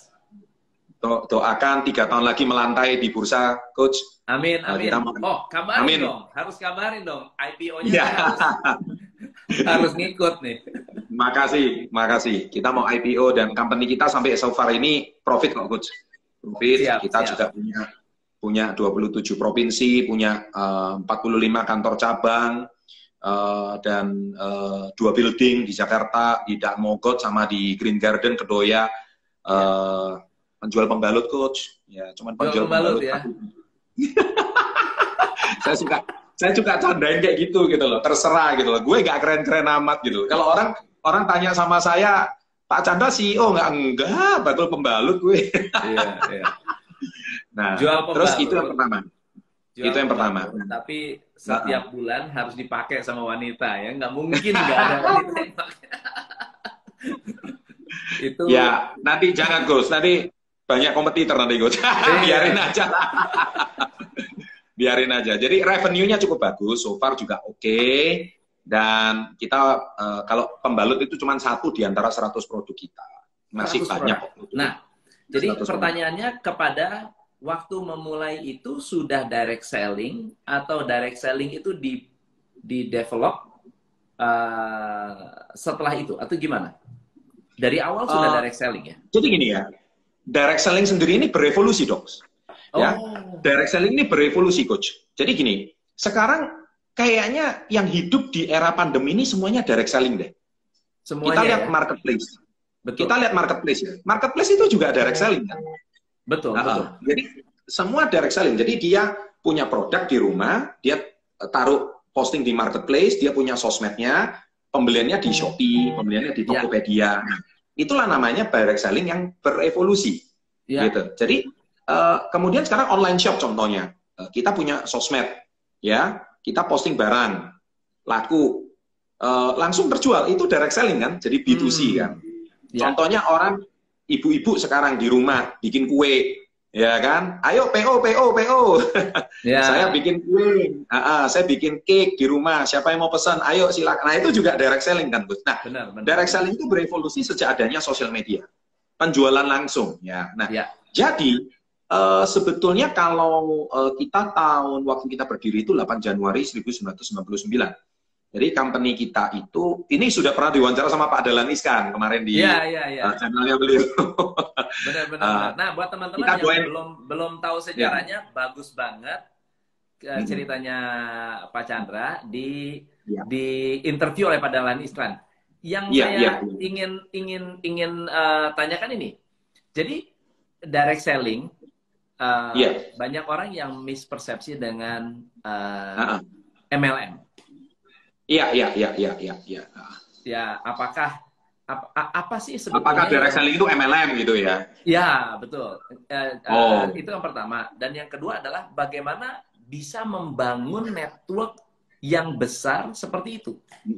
do doakan tiga tahun lagi melantai di bursa, Coach.
Amin, amin. Uh, kita, oh, kabarin amin. dong, harus kabarin dong, I P O-nya yeah. harus, harus ngikut nih. Makasih, makasih. Kita mau I P O dan company kita sampai so far ini profit kok, Coach. Profit. Siap, kita siap. juga punya punya dua puluh tujuh provinsi, punya uh, empat puluh lima kantor cabang, uh, dan uh, dua building di Jakarta, di Dak Mogot sama di Green Garden Kedoya. Uh, penjual pembalut, Coach. Ya, cuman penjual pembalut, pembalut ya. Saya suka saya suka candain kayak gitu gitu loh. Terserah gitu loh. Gue gak keren-keren amat gitu. Kalau orang
orang tanya sama saya, Pak Chandra C E O nggak? Enggak, bakul pembalut gue.
Iya, iya.
Nah,
Jual
terus
pembalut.
itu yang pertama.
Jual
itu yang pertama.
pembalut, tapi setiap bulan harus dipakai sama wanita ya, nggak mungkin nggak ada wanita yang pakai. Itu.
Ya, nanti jangan Gus, nanti banyak kompetitor nanti Gus. Biarin aja. Biarin aja. Jadi revenue-nya cukup bagus, so far juga oke. Okay. Dan kita uh, kalau pembalut itu cuma satu di antara seratus produk kita. Masih banyak.
Produk. Nah, jadi pertanyaannya produk. Kepada waktu memulai itu sudah direct selling atau direct selling itu di di develop uh, setelah itu atau gimana? Dari awal sudah uh, direct selling ya?
Jadi gini ya, direct selling sendiri ini berevolusi dok. Ya, oh. Direct selling ini berevolusi coach. Jadi gini, sekarang kayaknya yang hidup di era pandemi ini semuanya direct selling deh. Semuanya, kita lihat ya? Marketplace. Betul. Kita lihat marketplace ya. Marketplace itu juga direct selling kan?
Betul,
nah,
betul.
Jadi semua direct selling. Jadi dia punya produk di rumah, dia taruh posting di marketplace, dia punya sosmednya, pembeliannya di Shopee, pembeliannya di Tokopedia. Ya. Itulah namanya direct selling yang berevolusi. Ya. Gitu. Jadi Uh, kemudian sekarang online shop contohnya, uh, kita punya sosmed, ya, kita posting barang, laku, uh, langsung terjual, itu direct selling kan, jadi B to C hmm. kan. Ya. Contohnya orang, ibu-ibu sekarang di rumah bikin kue, ya kan, ayo P O, P O, P O, ya. Saya bikin kue, uh, uh, saya bikin cake di rumah, siapa yang mau pesan, ayo silakan. Nah itu juga direct selling kan, Gus. Nah, benar, benar. Direct selling itu berevolusi sejak adanya sosial media, penjualan langsung, ya. Nah, ya. Jadi Uh, sebetulnya kalau uh, kita tahun waktu kita berdiri itu delapan Januari seribu sembilan ratus sembilan puluh sembilan. Jadi company kita itu, ini sudah pernah diwawancara sama Pak Dahlan Iskan kemarin di ya, ya, ya. Uh, channelnya beliau.
Benar-benar. Uh, nah, buat teman-teman yang doain, belum belum tahu sejarahnya, ya. Bagus banget uh, ceritanya hmm. Pak Chandra di ya. di interview oleh Pak Dahlan Iskan. Yang ya, saya ya. ingin ingin ingin uh, tanyakan ini. Jadi direct selling. Uh, yeah. Banyak orang yang mispersepsi dengan uh, uh -uh. M L M.
Iya, iya, iya, iya, iya, iya.
Ya, apakah ap, apa sih sebetulnya?
Apakah direct selling itu M L M gitu ya?
Ya, betul. Uh,
oh.
uh, itu yang pertama. Dan yang kedua adalah bagaimana bisa membangun network yang besar seperti itu.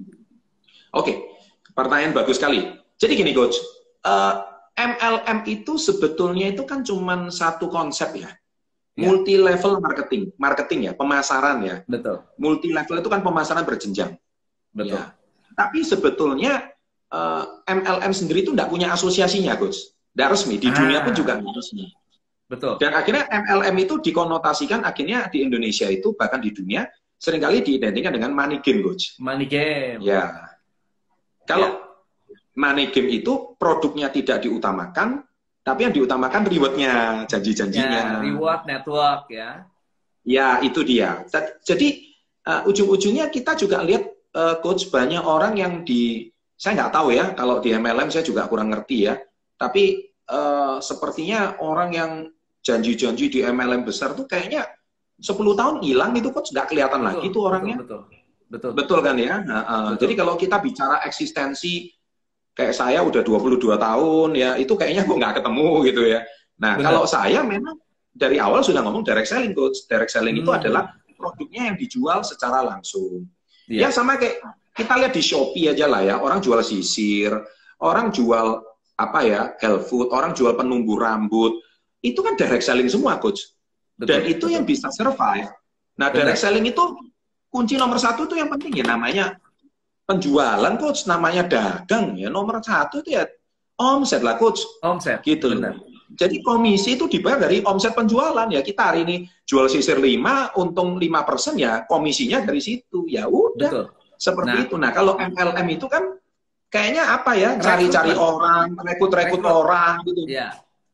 Oke, okay. Pertanyaan bagus sekali. Jadi gini, Coach. Uh, M L M itu sebetulnya itu kan cuma satu konsep ya, ya. Multi level marketing, marketing ya, pemasaran ya.
Betul.
Multi level itu kan pemasaran berjenjang.
Betul.
Ya. Tapi sebetulnya uh, M L M sendiri itu tidak punya asosiasinya, Coach. Tidak resmi di ah. dunia pun juga tidak resmi.
Betul.
Dan akhirnya M L M itu dikonotasikan akhirnya di Indonesia itu bahkan di dunia seringkali diidentikan dengan money game, Coach.
Money game.
Ya. Kalau ya. Money game itu produknya tidak diutamakan, tapi yang diutamakan rewardnya, janji-janjinya.
Ya, reward network ya.
Ya, itu dia. Jadi uh, ujung-ujungnya kita juga lihat uh, coach banyak orang yang di, saya nggak tahu ya, kalau di M L M saya juga kurang ngerti ya. Tapi uh, sepertinya orang yang janji-janji di M L M besar tuh kayaknya sepuluh tahun hilang itu coach nggak kelihatan betul, lagi tuh orangnya.
Betul, betul, betul.
Betul kan ya. Nah, uh, betul. Jadi kalau kita bicara eksistensi kayak saya udah dua puluh dua tahun ya, itu kayaknya gue nggak ketemu gitu ya. Nah, benar. Kalau saya memang dari awal sudah ngomong direct selling, coach. Direct selling hmm. itu adalah produknya yang dijual secara langsung. Yeah. Ya sama kayak kita lihat di Shopee aja lah ya, orang jual sisir, orang jual apa ya, health food, orang jual penumbuh rambut. Itu kan direct selling semua, coach. Betul, Dan itu betul. yang bisa survive. Nah, benar. Direct selling itu kunci nomor satu itu yang penting ya namanya penjualan, coach, namanya dagang ya, nomor satu itu ya omset lah, coach.
Omset,
gitu.
Benar.
Jadi komisi itu dibayar dari omset penjualan ya. Kita hari ini jual sisir lima, untung lima persen ya, komisinya dari situ. Ya udah, Betul. seperti nah. itu. Nah, kalau M L M itu kan kayaknya apa ya, cari-cari orang, rekrut-rekrut orang gitu.
Ya.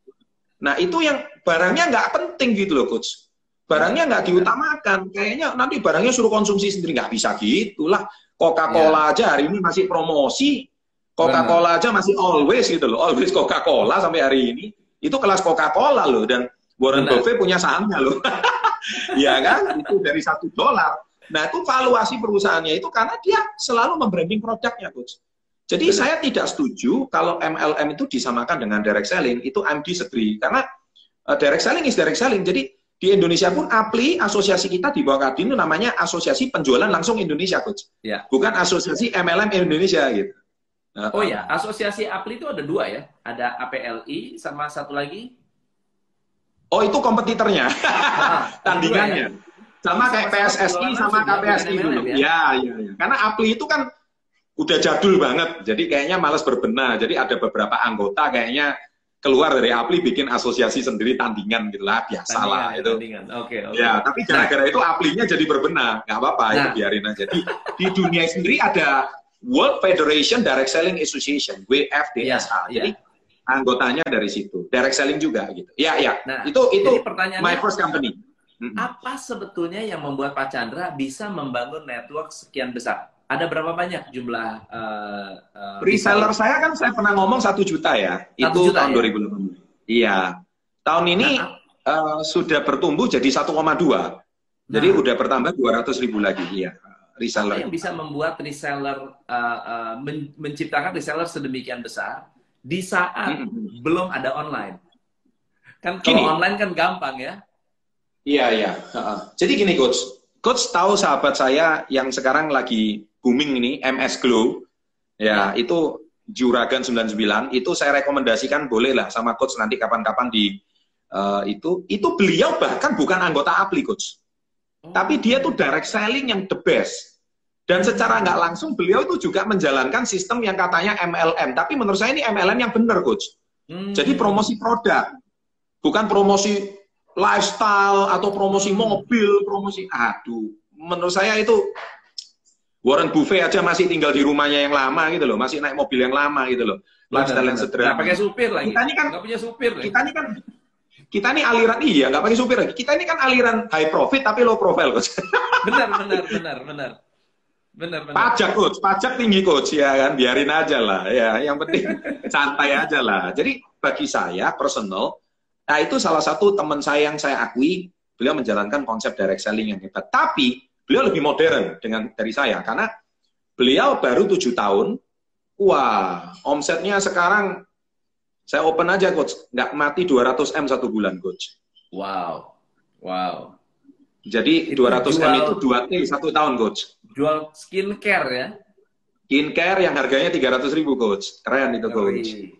Nah, itu yang barangnya nggak penting gitu loh, coach. Barangnya nggak diutamakan. Kayaknya nanti barangnya suruh konsumsi sendiri, nggak bisa gitulah. Coca-Cola ya. aja hari ini masih promosi, Coca-Cola aja masih always gitu loh, always Coca-Cola sampai hari ini. Itu kelas Coca-Cola loh, dan Warren Buffett punya sahamnya loh. Iya kan? Itu dari satu dolar. Nah, itu valuasi perusahaannya itu karena dia selalu membranding produknya, coach. Jadi Benar. Saya tidak setuju kalau M L M itu disamakan dengan direct selling, itu I'm disagree. Karena uh, direct selling is direct selling. Jadi di Indonesia pun A P L I, asosiasi kita di bawah Kadin itu namanya Asosiasi Penjualan Langsung Indonesia, Coach. Ya. Bukan Asosiasi M L M Indonesia gitu. Uh,
oh ya, asosiasi A P L I itu ada dua ya? Ada A P L I sama satu lagi?
Oh, itu kompetitornya. Ah, tandingannya. Ya? Sama kayak P S S I sama K P S I dulu. Ya, ya, ya. Karena A P L I itu kan udah jadul banget, jadi kayaknya malas berbenah. Jadi ada beberapa anggota kayaknya keluar dari A P L I bikin asosiasi sendiri tandingan gitu lah, biasa lah itu.
Oke, oke.
Ya, tapi gara-gara itu A P L I-nya jadi berbenah, nggak apa-apa, nah. itu biarin aja. Di, di dunia sendiri ada World Federation Direct Selling Association, W F D S A. Ya, jadi ya. Anggotanya dari situ, direct selling juga gitu. Ya, ya.
Nah,
itu itu my
pertanyaannya,
first company.
Apa sebetulnya yang membuat Pak Chandra bisa membangun network sekian besar? Ada berapa banyak jumlah uh,
uh, reseller saya kan saya pernah ngomong satu juta ya. Itu juta, tahun ya? dua ribu delapan belas. Iya. Tahun ini nah, uh, sudah bertumbuh jadi satu koma dua. Jadi nah, udah bertambah dua ratus ribu lagi ya reseller.
Apa yang bisa membuat reseller uh, uh, men menciptakan reseller sedemikian besar di saat mm-hmm. belum ada online? Kan kalau gini, online kan gampang ya.
Iya, iya. Uh-uh. Jadi gini, Coach. Coach tahu sahabat saya yang sekarang lagi booming ini, M S Glow. Ya, ya. Itu Juragan sembilan puluh sembilan. Itu saya rekomendasikan, boleh lah sama Coach nanti kapan-kapan di uh, itu. Itu beliau bahkan bukan anggota A P L I, Coach. Oh. Tapi dia tuh direct selling yang the best. Dan secara nggak langsung, beliau itu juga menjalankan sistem yang katanya M L M. Tapi menurut saya ini M L M yang benar, Coach. Hmm. Jadi promosi produk. Bukan promosi lifestyle atau promosi mobil, promosi, aduh, menurut saya itu Warren Buffett aja masih tinggal di rumahnya yang lama gitu loh, masih naik mobil yang lama gitu loh, lifestyle yang sederhana.
Nggak pakai supir lagi.
Kita ini kan
nggak punya supir.
Kita ini kan kita ini aliran iya nggak pakai supir lagi. Kita ini kan aliran high profit tapi low profile, Coach.
Benar, benar, benar, benar. Benar, benar.
Pajak, Coach, pajak tinggi, Coach, ya kan, biarin aja lah, ya, yang penting santai aja lah. Jadi bagi saya personal. Nah, itu salah satu teman saya yang saya akui, beliau menjalankan konsep direct selling yang hebat. Tapi, beliau lebih modern dengan dari saya, karena beliau baru tujuh tahun, wah, omsetnya sekarang, saya open aja, Coach, nggak mati dua ratus M satu bulan, Coach.
Wow, wow.
Jadi, itu dua ratus M jual, itu dua T satu tahun, Coach.
Jual skincare ya?
Skincare yang harganya tiga ratus ribu, Coach. Keren itu, Coach. Yoi.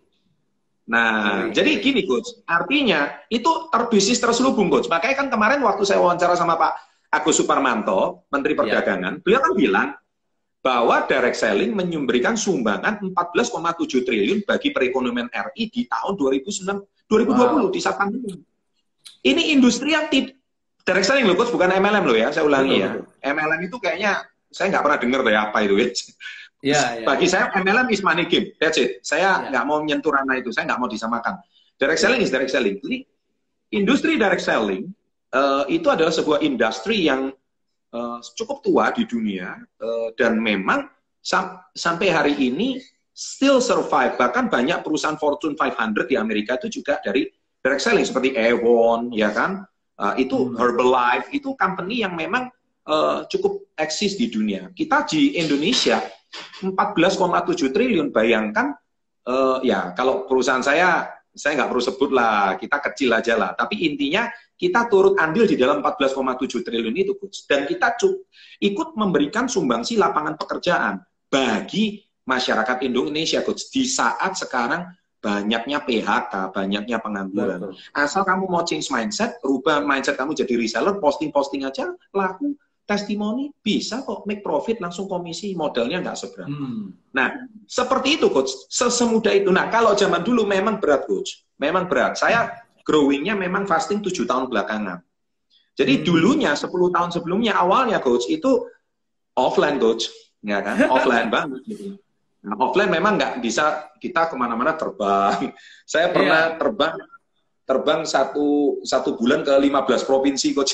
Nah, oh, jadi gini, Coach. Artinya, itu terbisnis terselubung, Coach. Makanya kan kemarin waktu saya wawancara sama Pak Agus Suparmanto, Menteri Perdagangan, yeah. beliau kan bilang bahwa direct selling menyumberikan sumbangan empat belas koma tujuh triliun bagi perekonomian R I di tahun dua ribu sembilan belas, dua ribu dua puluh, wow. di saat pandemi. Ini industri yang tidak... Direct selling loh, Coach, bukan M L M loh ya, saya ulangi betul, ya. Betul. M L M itu kayaknya, saya nggak pernah dengar deh apa itu ya. Ya, ya, bagi ya. Saya M L M is money game, that's it. Saya nggak ya. mau menyentuh ranah itu, saya nggak mau disamakan. Direct selling is direct selling. Jadi industri direct selling uh, itu adalah sebuah industri yang uh, cukup tua di dunia uh, dan memang sam sampai hari ini still survive. Bahkan banyak perusahaan Fortune lima ratus di Amerika itu juga dari direct selling seperti Avon, ya kan? Uh, itu hmm. Herbalife, itu company yang memang uh, cukup eksis di dunia. Kita di Indonesia empat belas koma tujuh triliun, bayangkan uh, ya kalau perusahaan saya saya nggak perlu sebut lah, kita kecil aja lah, tapi intinya kita turut andil di dalam empat belas koma tujuh triliun itu, Coach. Dan kita ikut memberikan sumbangsi lapangan pekerjaan bagi masyarakat Indonesia, Coach, di saat sekarang banyaknya P H K, banyaknya pengangguran. Betul. Asal kamu mau change mindset, rubah mindset kamu jadi reseller, posting-posting aja laku, testimoni, bisa kok make profit, langsung komisi, modalnya nggak seberapa. Hmm. Nah, seperti itu, Coach. Sesemudah itu. Nah, kalau zaman dulu memang berat, Coach. Memang berat. Saya growing-nya memang fasting tujuh tahun belakangan. Jadi hmm. dulunya, sepuluh tahun sebelumnya, awalnya, Coach, itu offline, Coach. Ya kan? Offline banget. Gitu. Nah, offline memang nggak bisa kita kemana-mana terbang. Saya pernah yeah. terbang terbang satu, satu bulan ke lima belas provinsi, Coach.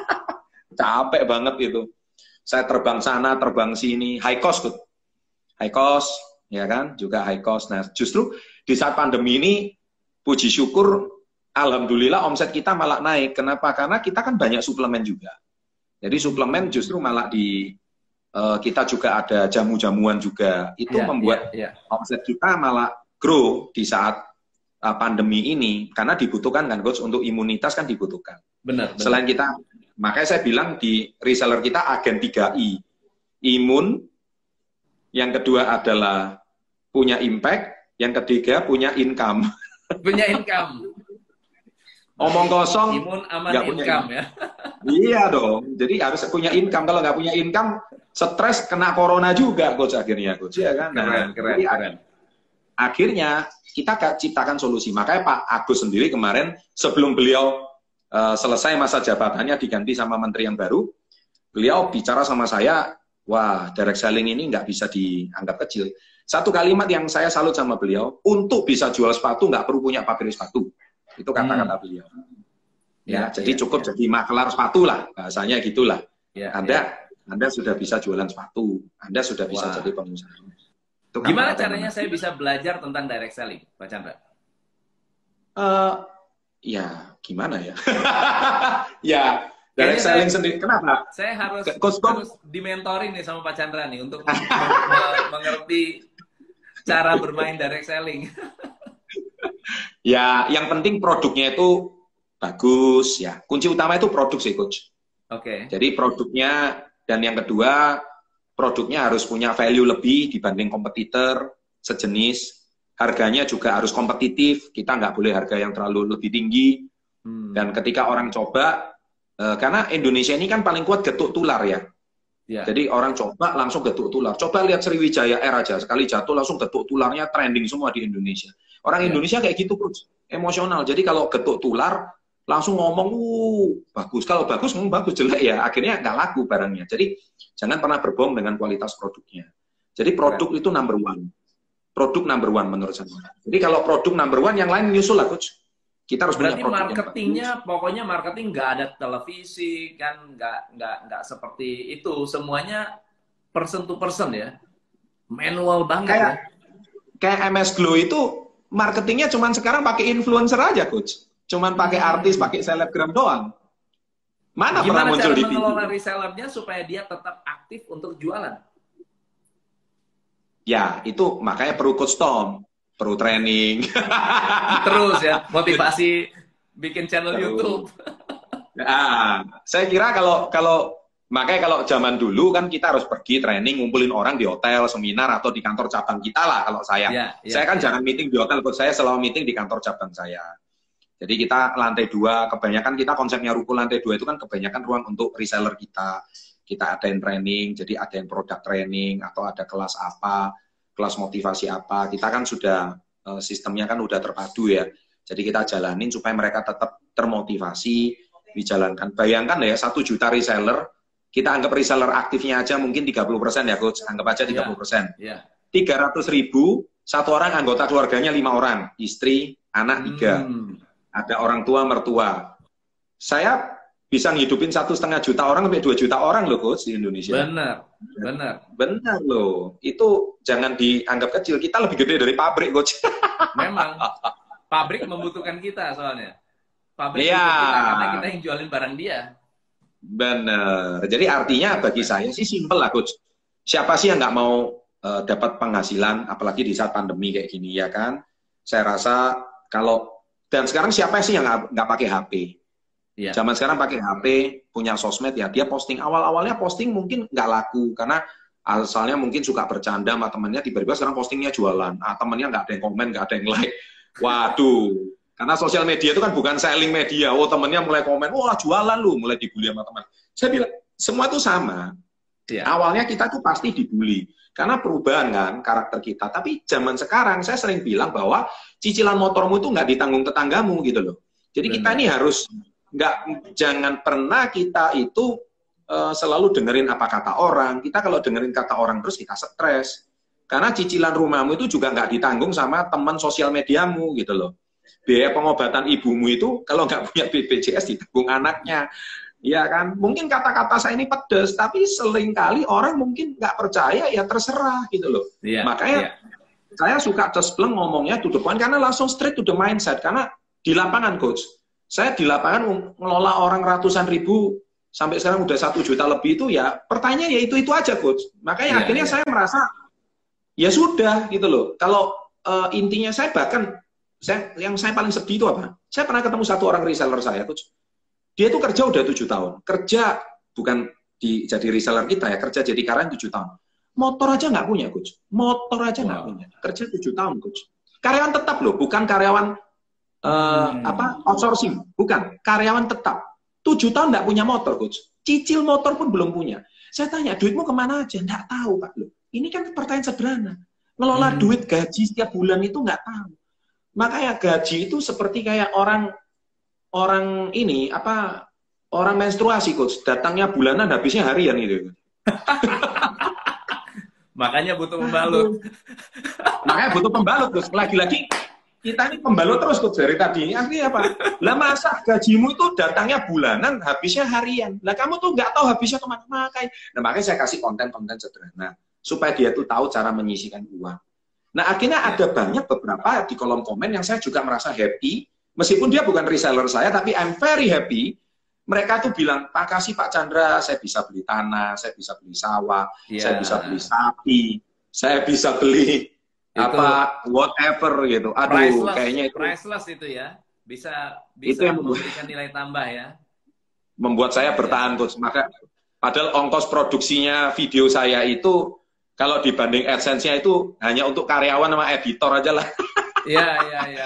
Capek banget itu. Saya terbang sana, terbang sini, high cost, Coach. High cost, ya kan? Juga high cost. Nah, justru di saat pandemi ini, puji syukur, alhamdulillah omset kita malah naik. Kenapa? Karena kita kan banyak suplemen juga. Jadi suplemen justru malah di uh, kita juga ada jamu-jamuan juga. Itu
yeah,
membuat
yeah, yeah.
omset kita malah grow di saat uh, pandemi ini. Karena dibutuhkan kan, Coach, untuk imunitas kan dibutuhkan.
Benar, benar.
Selain kita, makanya saya bilang di reseller kita agen tiga I. Imun, yang kedua adalah punya impact, yang ketiga punya income.
Punya income.
Omong kosong,
imun aman
nggak punya
income
income.
Ya.
Iya dong, jadi harus punya income. Kalau nggak punya income, stres kena corona juga, Coach, akhirnya, Coach. Ya kan?
Keren,
nah,
keren,
jadi,
keren.
Akhirnya, kita ciptakan solusi. Makanya Pak Agus sendiri kemarin, sebelum beliau uh, selesai masa jabatannya, diganti sama menteri yang baru, beliau bicara sama saya, wah, direct selling ini nggak bisa dianggap kecil. Satu kalimat yang saya salut sama beliau, untuk bisa jual sepatu nggak perlu punya pabrik sepatu. Itu kata-kata hmm. beliau. Ya, ya jadi ya, cukup ya. Jadi makelar sepatu lah, bahasanya gitulah. Ya, Anda ya. Anda sudah bisa jualan sepatu, Anda sudah bisa wah. Jadi pengusaha.
Itu gimana caranya saya bisa belajar tentang direct selling, Pak Chandra?
Uh, ya, gimana ya? Ya, direct Kayaknya selling saya, sendiri. Kenapa?
Saya harus,
Coach
harus dimentoring nih sama Pak Chandra nih untuk mengerti cara bermain direct selling.
Ya, yang penting produknya itu bagus ya. Kunci utama itu produk sih, Coach.
Oke. Okay.
Jadi produknya, dan yang kedua, produknya harus punya value lebih dibanding kompetitor sejenis. Harganya juga harus kompetitif. Kita nggak boleh harga yang terlalu lebih tinggi. Hmm. Dan ketika orang coba, eh, karena Indonesia ini kan paling kuat getuk tular ya. Yeah. Jadi orang coba langsung getuk tular. Coba lihat Sriwijaya Air aja, sekali jatuh langsung getuk tularnya trending semua di Indonesia. Orang yeah. Indonesia kayak gitu, Coach. Emosional. Jadi kalau getuk tular, langsung ngomong, uh, bagus. Kalau bagus, ngomong bagus. Jelek ya, akhirnya nggak laku barangnya. Jadi jangan pernah berbohong dengan kualitas produknya. Jadi produk yeah. itu number one. Produk number one menurut saya. Jadi kalau produk number one, yang lain nyusul lah, Coach. Kita harus
berarti
punya
marketingnya, pokoknya marketing nggak ada televisi, kan nggak nggak nggak seperti itu. Semuanya person to person ya, manual banget
kayak,
ya. Kayak
M S Glow itu marketingnya cuman sekarang pakai influencer aja, Coach. Cuman pakai hmm. artis, pakai selebgram doang. Mana
Gimana
pernah muncul di T V?
Gimana cara mengelola resellernya supaya dia tetap aktif untuk jualan?
Ya, itu makanya perlu coach Tom. Perlu training.
Terus ya, motivasi bikin channel Terus. YouTube.
Nah, saya kira kalau kalau makanya kalau zaman dulu kan kita harus pergi training, ngumpulin orang di hotel, seminar atau di kantor cabang kita lah kalau saya. Ya, ya, saya kan ya. Jarang meeting di hotel, saya selalu meeting di kantor cabang saya. Jadi kita lantai dua, kebanyakan kita konsepnya ruko lantai dua itu kan kebanyakan ruang untuk reseller kita. Kita adain training, jadi adain produk training atau ada kelas apa, kelas motivasi apa, kita kan sudah uh, sistemnya kan udah terpadu ya. Jadi kita jalanin supaya mereka tetap termotivasi, dijalankan. Bayangkan ya, satu juta reseller, kita anggap reseller aktifnya aja mungkin tiga puluh persen ya, Coach. Anggap aja tiga puluh persen. Yeah, yeah. tiga ratus ribu, satu orang anggota keluarganya lima orang. Istri, anak tiga. Hmm. Ada orang tua, mertua. Saya bisa ngidupin satu setengah juta orang sampai dua juta orang loh, Coach, di Indonesia.
Benar, benar.
Benar loh. Itu jangan dianggap kecil. Kita lebih gede dari pabrik, Coach.
Memang. Pabrik membutuhkan kita soalnya. Pabrik yeah. butuh kita karena kita yang jualin barang dia.
Benar. Jadi artinya bagi saya sih simpel lah, Coach. Siapa sih yang nggak mau uh, dapat penghasilan, apalagi di saat pandemi kayak gini, ya kan? Saya rasa kalau, dan sekarang siapa sih yang nggak pakai H P? Ya. Zaman sekarang pakai H P, punya sosmed ya, dia posting. Awal-awalnya posting mungkin nggak laku, karena asalnya mungkin suka bercanda sama temennya, tiba-tiba sekarang postingnya jualan. Ah, temennya nggak ada yang komen, nggak ada yang like. Waduh, karena sosial media itu kan bukan selling media. Oh, temennya mulai komen, wah jualan lu, mulai dibully sama teman. Saya bilang, semua itu sama. Ya. Awalnya kita tuh pasti dibully, karena perubahan kan karakter kita. Tapi zaman sekarang, saya sering bilang bahwa cicilan motormu itu nggak ditanggung tetanggamu gitu loh. Jadi Benar. Kita ini harus nggak, jangan pernah kita itu uh, selalu dengerin apa kata orang. Kita kalau dengerin kata orang terus kita stres, karena cicilan rumahmu itu juga nggak ditanggung sama teman sosial mediamu gitu loh. Biaya pengobatan ibumu itu kalau nggak punya B P J S ditanggung anaknya, ya kan? Mungkin kata-kata saya ini pedes, tapi seringkali orang mungkin nggak percaya, ya terserah gitu loh. Yeah, makanya yeah. saya suka cespleng ngomongnya to the point, karena langsung straight to the mindset. Karena di lapangan, Coach, saya di lapangan ngelola orang ratusan ribu sampai sekarang udah satu juta lebih itu ya pertanyaan ya itu-itu aja coach. Makanya yeah, akhirnya yeah. saya merasa ya sudah gitu loh. Kalau uh, intinya saya bahkan saya yang saya paling sedih itu apa? Saya pernah ketemu satu orang reseller saya coach. Dia itu kerja udah tujuh tahun. Kerja bukan di jadi reseller kita ya, kerja jadi karyawan tujuh tahun. Motor aja nggak punya coach. Motor aja nggak wow. punya. Kerja tujuh tahun coach. Karyawan tetap loh, bukan karyawan uh, hmm. apa outsourcing, bukan karyawan tetap. Tujuh tahun nggak punya motor, coach. Cicil motor pun belum punya. Saya tanya, duitmu kemana aja? Nggak tahu, Pak. Loh, ini kan pertanyaan sederhana. Ngelola hmm. duit gaji setiap bulan itu nggak tahu. Makanya gaji itu seperti kayak orang orang ini apa orang menstruasi, coach. Datangnya bulanan, habisnya harian gitu.
Makanya butuh pembalut.
Makanya butuh pembalut, coach. Lagi-lagi kita ini pembalut terus kok dari tadi. Artinya apa? Lah masa gajimu itu datangnya bulanan, habisnya harian. Lah kamu tuh nggak tahu habisnya kemana. Makanya, nah makanya saya kasih konten-konten sederhana supaya dia tuh tahu cara menyisihkan uang. Nah akhirnya ada banyak beberapa di kolom komen yang saya juga merasa happy, meskipun dia bukan reseller saya, tapi I'm very happy. Mereka tuh bilang, Pak kasih Pak Chandra, saya bisa beli tanah, saya bisa beli sawah, yeah. saya bisa beli sapi, saya bisa beli itu apa whatever gitu. Aduh,
priceless,
kayaknya itu
priceless itu ya. Bisa bisa itu yang memberikan nilai tambah ya.
Membuat saya bertahan coach. Maka padahal ongkos produksinya video saya itu kalau dibanding AdSense-nya itu hanya untuk karyawan sama editor aja lah.
Iya, iya, iya.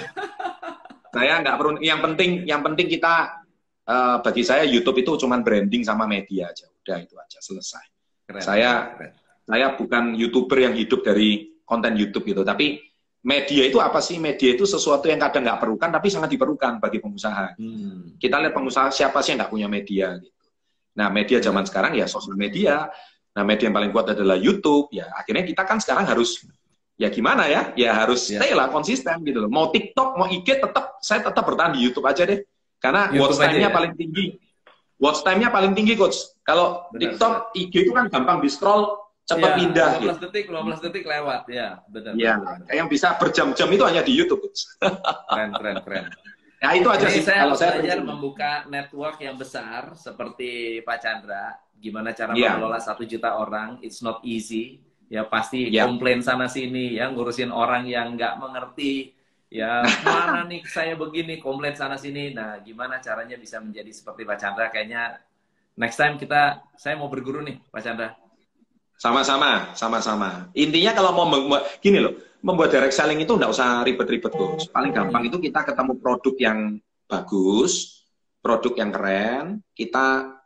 Saya nggak perlu, yang penting yang penting kita uh, bagi saya YouTube itu cuman branding sama media aja. Udah itu aja selesai. Keren, saya keren. Saya bukan YouTuber yang hidup dari konten YouTube gitu, tapi media itu apa sih? Media itu sesuatu yang kadang nggak perlukan, tapi sangat diperlukan bagi pengusaha. Hmm. Kita lihat pengusaha siapa sih yang nggak punya media gitu. Nah, media zaman hmm. sekarang ya sosial media. Nah, media yang paling kuat adalah YouTube. Ya, akhirnya kita kan sekarang harus ya gimana ya? Ya harus yeah. stay lah konsisten gitu loh. Mau TikTok, mau I G, tetap saya tetap bertahan di YouTube aja deh. Karena watch time-nya ya? paling tinggi. Watch time-nya paling tinggi, coach. Kalau TikTok, benar. I G itu kan gampang di-scroll, cepat ya, pindah.
lima belas detik, lima belas detik lewat, ya, benar.
Ya, benar. Yang bisa berjam-jam itu hanya di YouTube.
Keren, keren, keren.
Nah, itu aja
Jadi
sih.
Saya
kalau saya
belajar membuka network yang besar seperti Pak Chandra, gimana cara
ya.
mengelola satu juta orang, it's not easy. Ya pasti
ya.
komplain sana sini, ya ngurusin orang yang nggak mengerti. Ya mana nih saya begini, komplain sana sini. Nah, gimana caranya bisa menjadi seperti Pak Chandra? Kayaknya next time kita, saya mau berguru nih, Pak Chandra.
Sama-sama, sama-sama. Intinya kalau mau membuat, gini loh, membuat direct selling itu nggak usah ribet-ribet tuh. Paling gampang itu kita ketemu produk yang bagus, produk yang keren, kita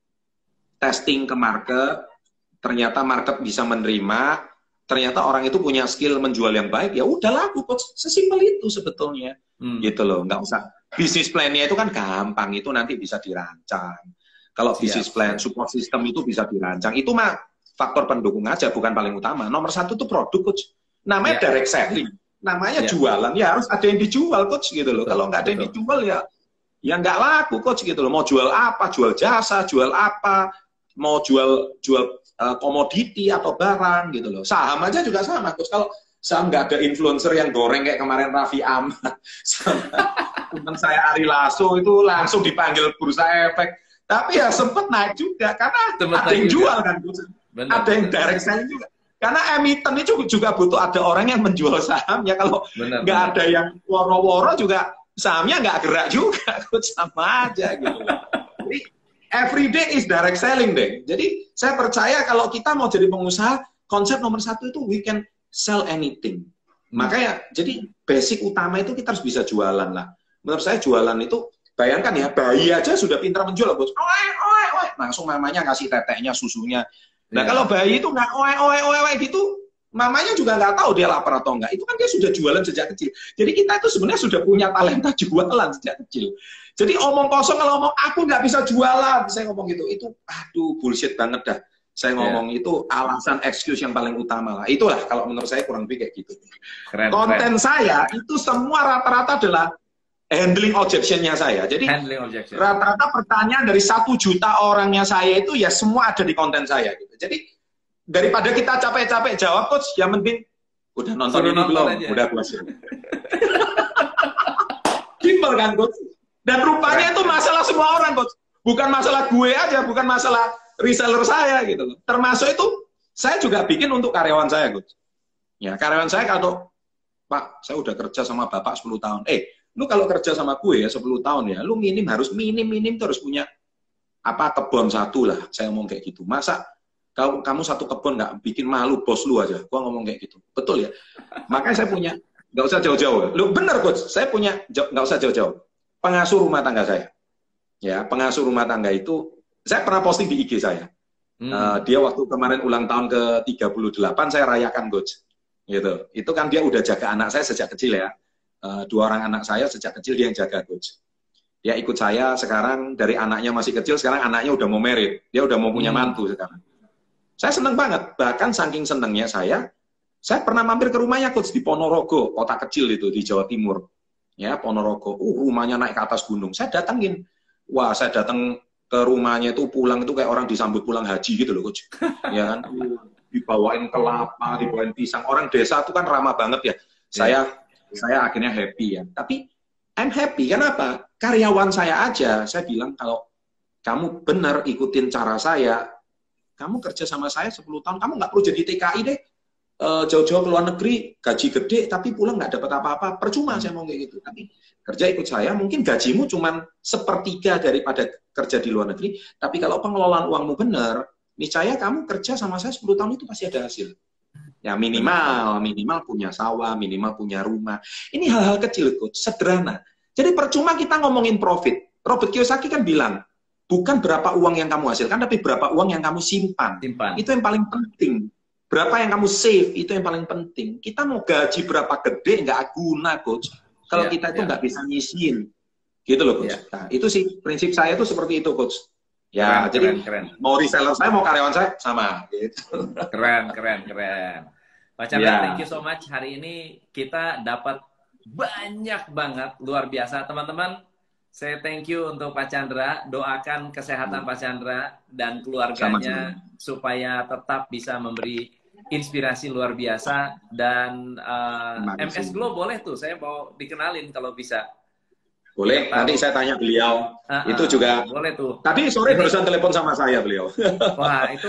testing ke market, ternyata market bisa menerima, ternyata orang itu punya skill menjual yang baik, ya udah laku kok. Sesimpel itu sebetulnya. Hmm. Gitu loh, nggak usah. Bisnis plan-nya itu kan gampang, itu nanti bisa dirancang. Kalau bisnis plan, support system itu bisa dirancang. Itu mah faktor pendukung aja, bukan paling utama. Nomor satu itu produk, coach. Namanya yeah. direct selling. Namanya yeah. jualan. Ya harus ada yang dijual, coach, gitu loh. Betul, kalau nggak ada betul. yang dijual, ya ya nggak laku, coach, gitu loh. Mau jual apa? Jual jasa, jual apa? Mau jual jual uh, komoditi atau barang, gitu loh. Saham aja juga sama, coach. Kalau saham nggak ada influencer yang goreng kayak kemarin Raffi Ahmad, sama teman saya Ari Lasso itu langsung dipanggil bursa efek. Tapi ya sempat naik juga, karena Tempat ada yang juga. jual kan, coach. Benar, ada yang benar. direct selling juga. Karena emiten itu juga butuh ada orang yang menjual sahamnya. Kalau nggak ada yang woro-woro juga sahamnya nggak gerak juga. Sama aja gitu. Jadi every day is direct selling deh. Jadi saya percaya kalau kita mau jadi pengusaha, konsep nomor satu itu we can sell anything. Hmm. Makanya jadi basic utama itu kita harus bisa jualan lah. Menurut saya jualan itu, bayangkan ya, bayi aja sudah pintar menjual. Bos. Oe, oe, oe. Langsung mamanya ngasih teteknya, susunya. Nah, ya. kalau bayi itu nggak oe, oe, oe, oe gitu, mamanya juga nggak tahu dia lapar atau enggak. Itu kan dia sudah jualan sejak kecil. Jadi kita itu sebenarnya sudah punya talenta jualan sejak kecil. Jadi omong kosong kalau ngomong, aku nggak bisa jualan. Saya ngomong gitu, itu aduh bullshit banget dah. Saya ngomong ya. itu alasan excuse yang paling utama lah. Itulah kalau menurut saya kurang lebih kayak gitu. Keren, Konten keren. saya itu semua rata-rata adalah handling objection-nya saya. Jadi rata-rata pertanyaan dari satu juta orangnya saya itu ya semua ada di konten saya. Gitu. Jadi daripada kita capek-capek jawab, coach, yang penting udah nonton Suruh ini nonton belum? Aja. Udah puas. Simpel kan, coach? Dan rupanya Keren. itu masalah semua orang, coach. bukan masalah gue aja, bukan masalah reseller saya gitu loh. Termasuk itu saya juga bikin untuk karyawan saya, Coach. Ya, karyawan saya kalau, Pak, saya udah kerja sama Bapak sepuluh tahun. Eh, lu kalau kerja sama gue ya sepuluh tahun ya, lu minim harus minim-minim terus punya apa kebun satu lah. Saya ngomong kayak gitu. Masa kalau kamu satu kebun nggak bikin malu bos lu aja? Gua ngomong kayak gitu. Betul ya? Makanya saya punya, nggak usah jauh-jauh. Lu bener, Coach. Saya punya, nggak usah jauh-jauh. Pengasuh rumah tangga saya. Ya, pengasuh rumah tangga itu, saya pernah posting di I G saya. Hmm. Uh, dia waktu kemarin ulang tahun ke tiga puluh delapan, saya rayakan, Coach. Gitu. Itu kan dia udah jaga anak saya sejak kecil ya. Uh, dua orang anak saya sejak kecil dia yang jaga, Coach. Dia ikut saya sekarang, dari anaknya masih kecil, sekarang anaknya udah mau married. Dia udah mau punya hmm. mantu sekarang. Saya seneng banget. Bahkan saking senengnya saya, saya pernah mampir ke rumahnya, Coach, di Ponorogo, kota kecil itu, di Jawa Timur. Ya, Ponorogo. Uh, rumahnya naik ke atas gunung. Saya datengin. Wah, saya datang ke rumahnya itu pulang itu kayak orang disambut pulang haji gitu loh, Coach. Ya kan, dibawain kelapa, dibawain pisang. Orang desa itu kan ramah banget ya. Saya yeah. saya akhirnya happy ya. Tapi I'm happy kenapa? Karyawan saya aja, saya bilang kalau kamu benar ikutin cara saya, kamu kerja sama saya sepuluh tahun, kamu nggak perlu jadi T K I deh. Jauh-jauh ke luar negeri, gaji gede, tapi pulang nggak dapat apa-apa. Percuma saya mau kayak gitu. Tapi kerja ikut saya, mungkin gajimu cuma sepertiga daripada kerja di luar negeri, tapi kalau pengelolaan uangmu benar, niscaya kamu kerja sama saya sepuluh tahun itu pasti ada hasil. Ya minimal, minimal punya sawah, minimal punya rumah. Ini hal-hal kecil, Coach, sederhana. Jadi percuma kita ngomongin profit. Robert Kiyosaki kan bilang, bukan berapa uang yang kamu hasilkan, tapi berapa uang yang kamu simpan. simpan. Itu yang paling penting. Berapa yang kamu save, itu yang paling penting. Kita mau gaji berapa gede, nggak guna, Coach. Kalau yeah, kita itu nggak yeah. bisa nyisihin. Gitu loh, Coach. Yeah. Nah, itu sih, prinsip saya itu seperti itu, Coach. Ya, keren, jadi keren, keren. Mau reseller saya, mau karyawan saya, sama. Gitu.
Keren, keren, keren. Pak Chandra, yeah. thank you so much. Hari ini kita dapat banyak banget, luar biasa. Teman-teman, saya thank you untuk Pak Chandra. Doakan kesehatan hmm. Pak Chandra dan keluarganya sama-sama. Supaya tetap bisa memberi inspirasi luar biasa. Dan uh, M S Glow boleh tuh, saya mau dikenalin kalau bisa.
Boleh, ya, nanti saya tanya beliau. Uh, uh, itu juga.
Boleh tuh.
Tadi sore barusan telepon sama saya beliau.
Wah, itu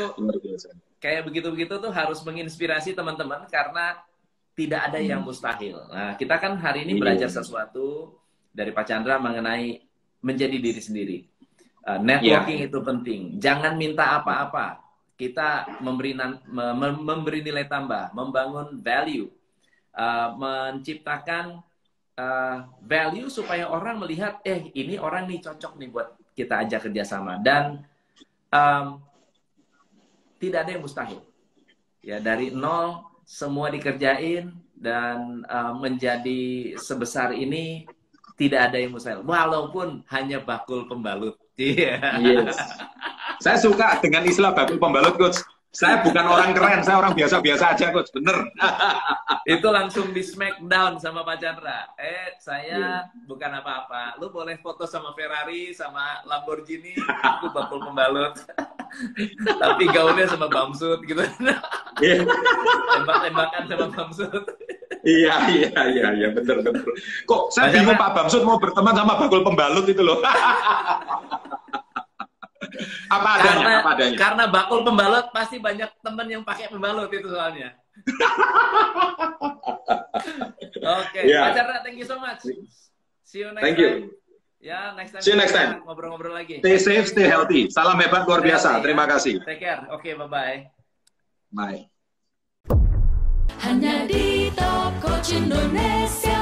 kayak begitu-begitu tuh harus menginspirasi teman-teman karena tidak ada yang mustahil. Nah, kita kan hari ini belajar sesuatu dari Pak Chandra mengenai menjadi diri sendiri. Uh, networking yeah. itu penting. Jangan minta apa-apa. Kita memberi, mem memberi nilai tambah, membangun value, uh, menciptakan uh, value supaya orang melihat, eh ini orang nih cocok nih buat kita ajak kerjasama. Dan um, tidak ada yang mustahil. Ya dari nol semua dikerjain dan uh, menjadi sebesar ini tidak ada yang mustahil. Walaupun hanya bakul pembalut. Iya. Yeah. Yes.
Saya suka dengan istilah bakul pembalut, Coach. Saya bukan orang keren, saya orang biasa-biasa aja, Coach. Bener.
Itu langsung di smackdown sama Pak Chandra. Eh, saya yeah. bukan apa-apa. Lu boleh foto sama Ferrari, sama Lamborghini, aku bakul pembalut. Tapi gaunnya sama Bamsud gitu. Yeah. Tembak-tembakan sama Bamsud.
Iya, iya, iya, iya, bener, bener. Kok saya bingung Pak Bamsud mau berteman sama bakul pembalut itu loh. Apa adanya,
karena,
apa adanya.
Karena bakul pembalut pasti banyak temen yang pakai pembalut itu soalnya. Oke, okay. yeah. Pak Chandra, thank you so much. See you next
thank
time.
You.
Ya, next time.
See you next time.
Ngobrol-ngobrol lagi.
Stay safe, stay healthy. Salam hebat luar biasa.
Healthy,
Terima
ya.
kasih.
Take care. Oke, okay, bye-bye.
Bye.
Hanya di Top Coach Indonesia.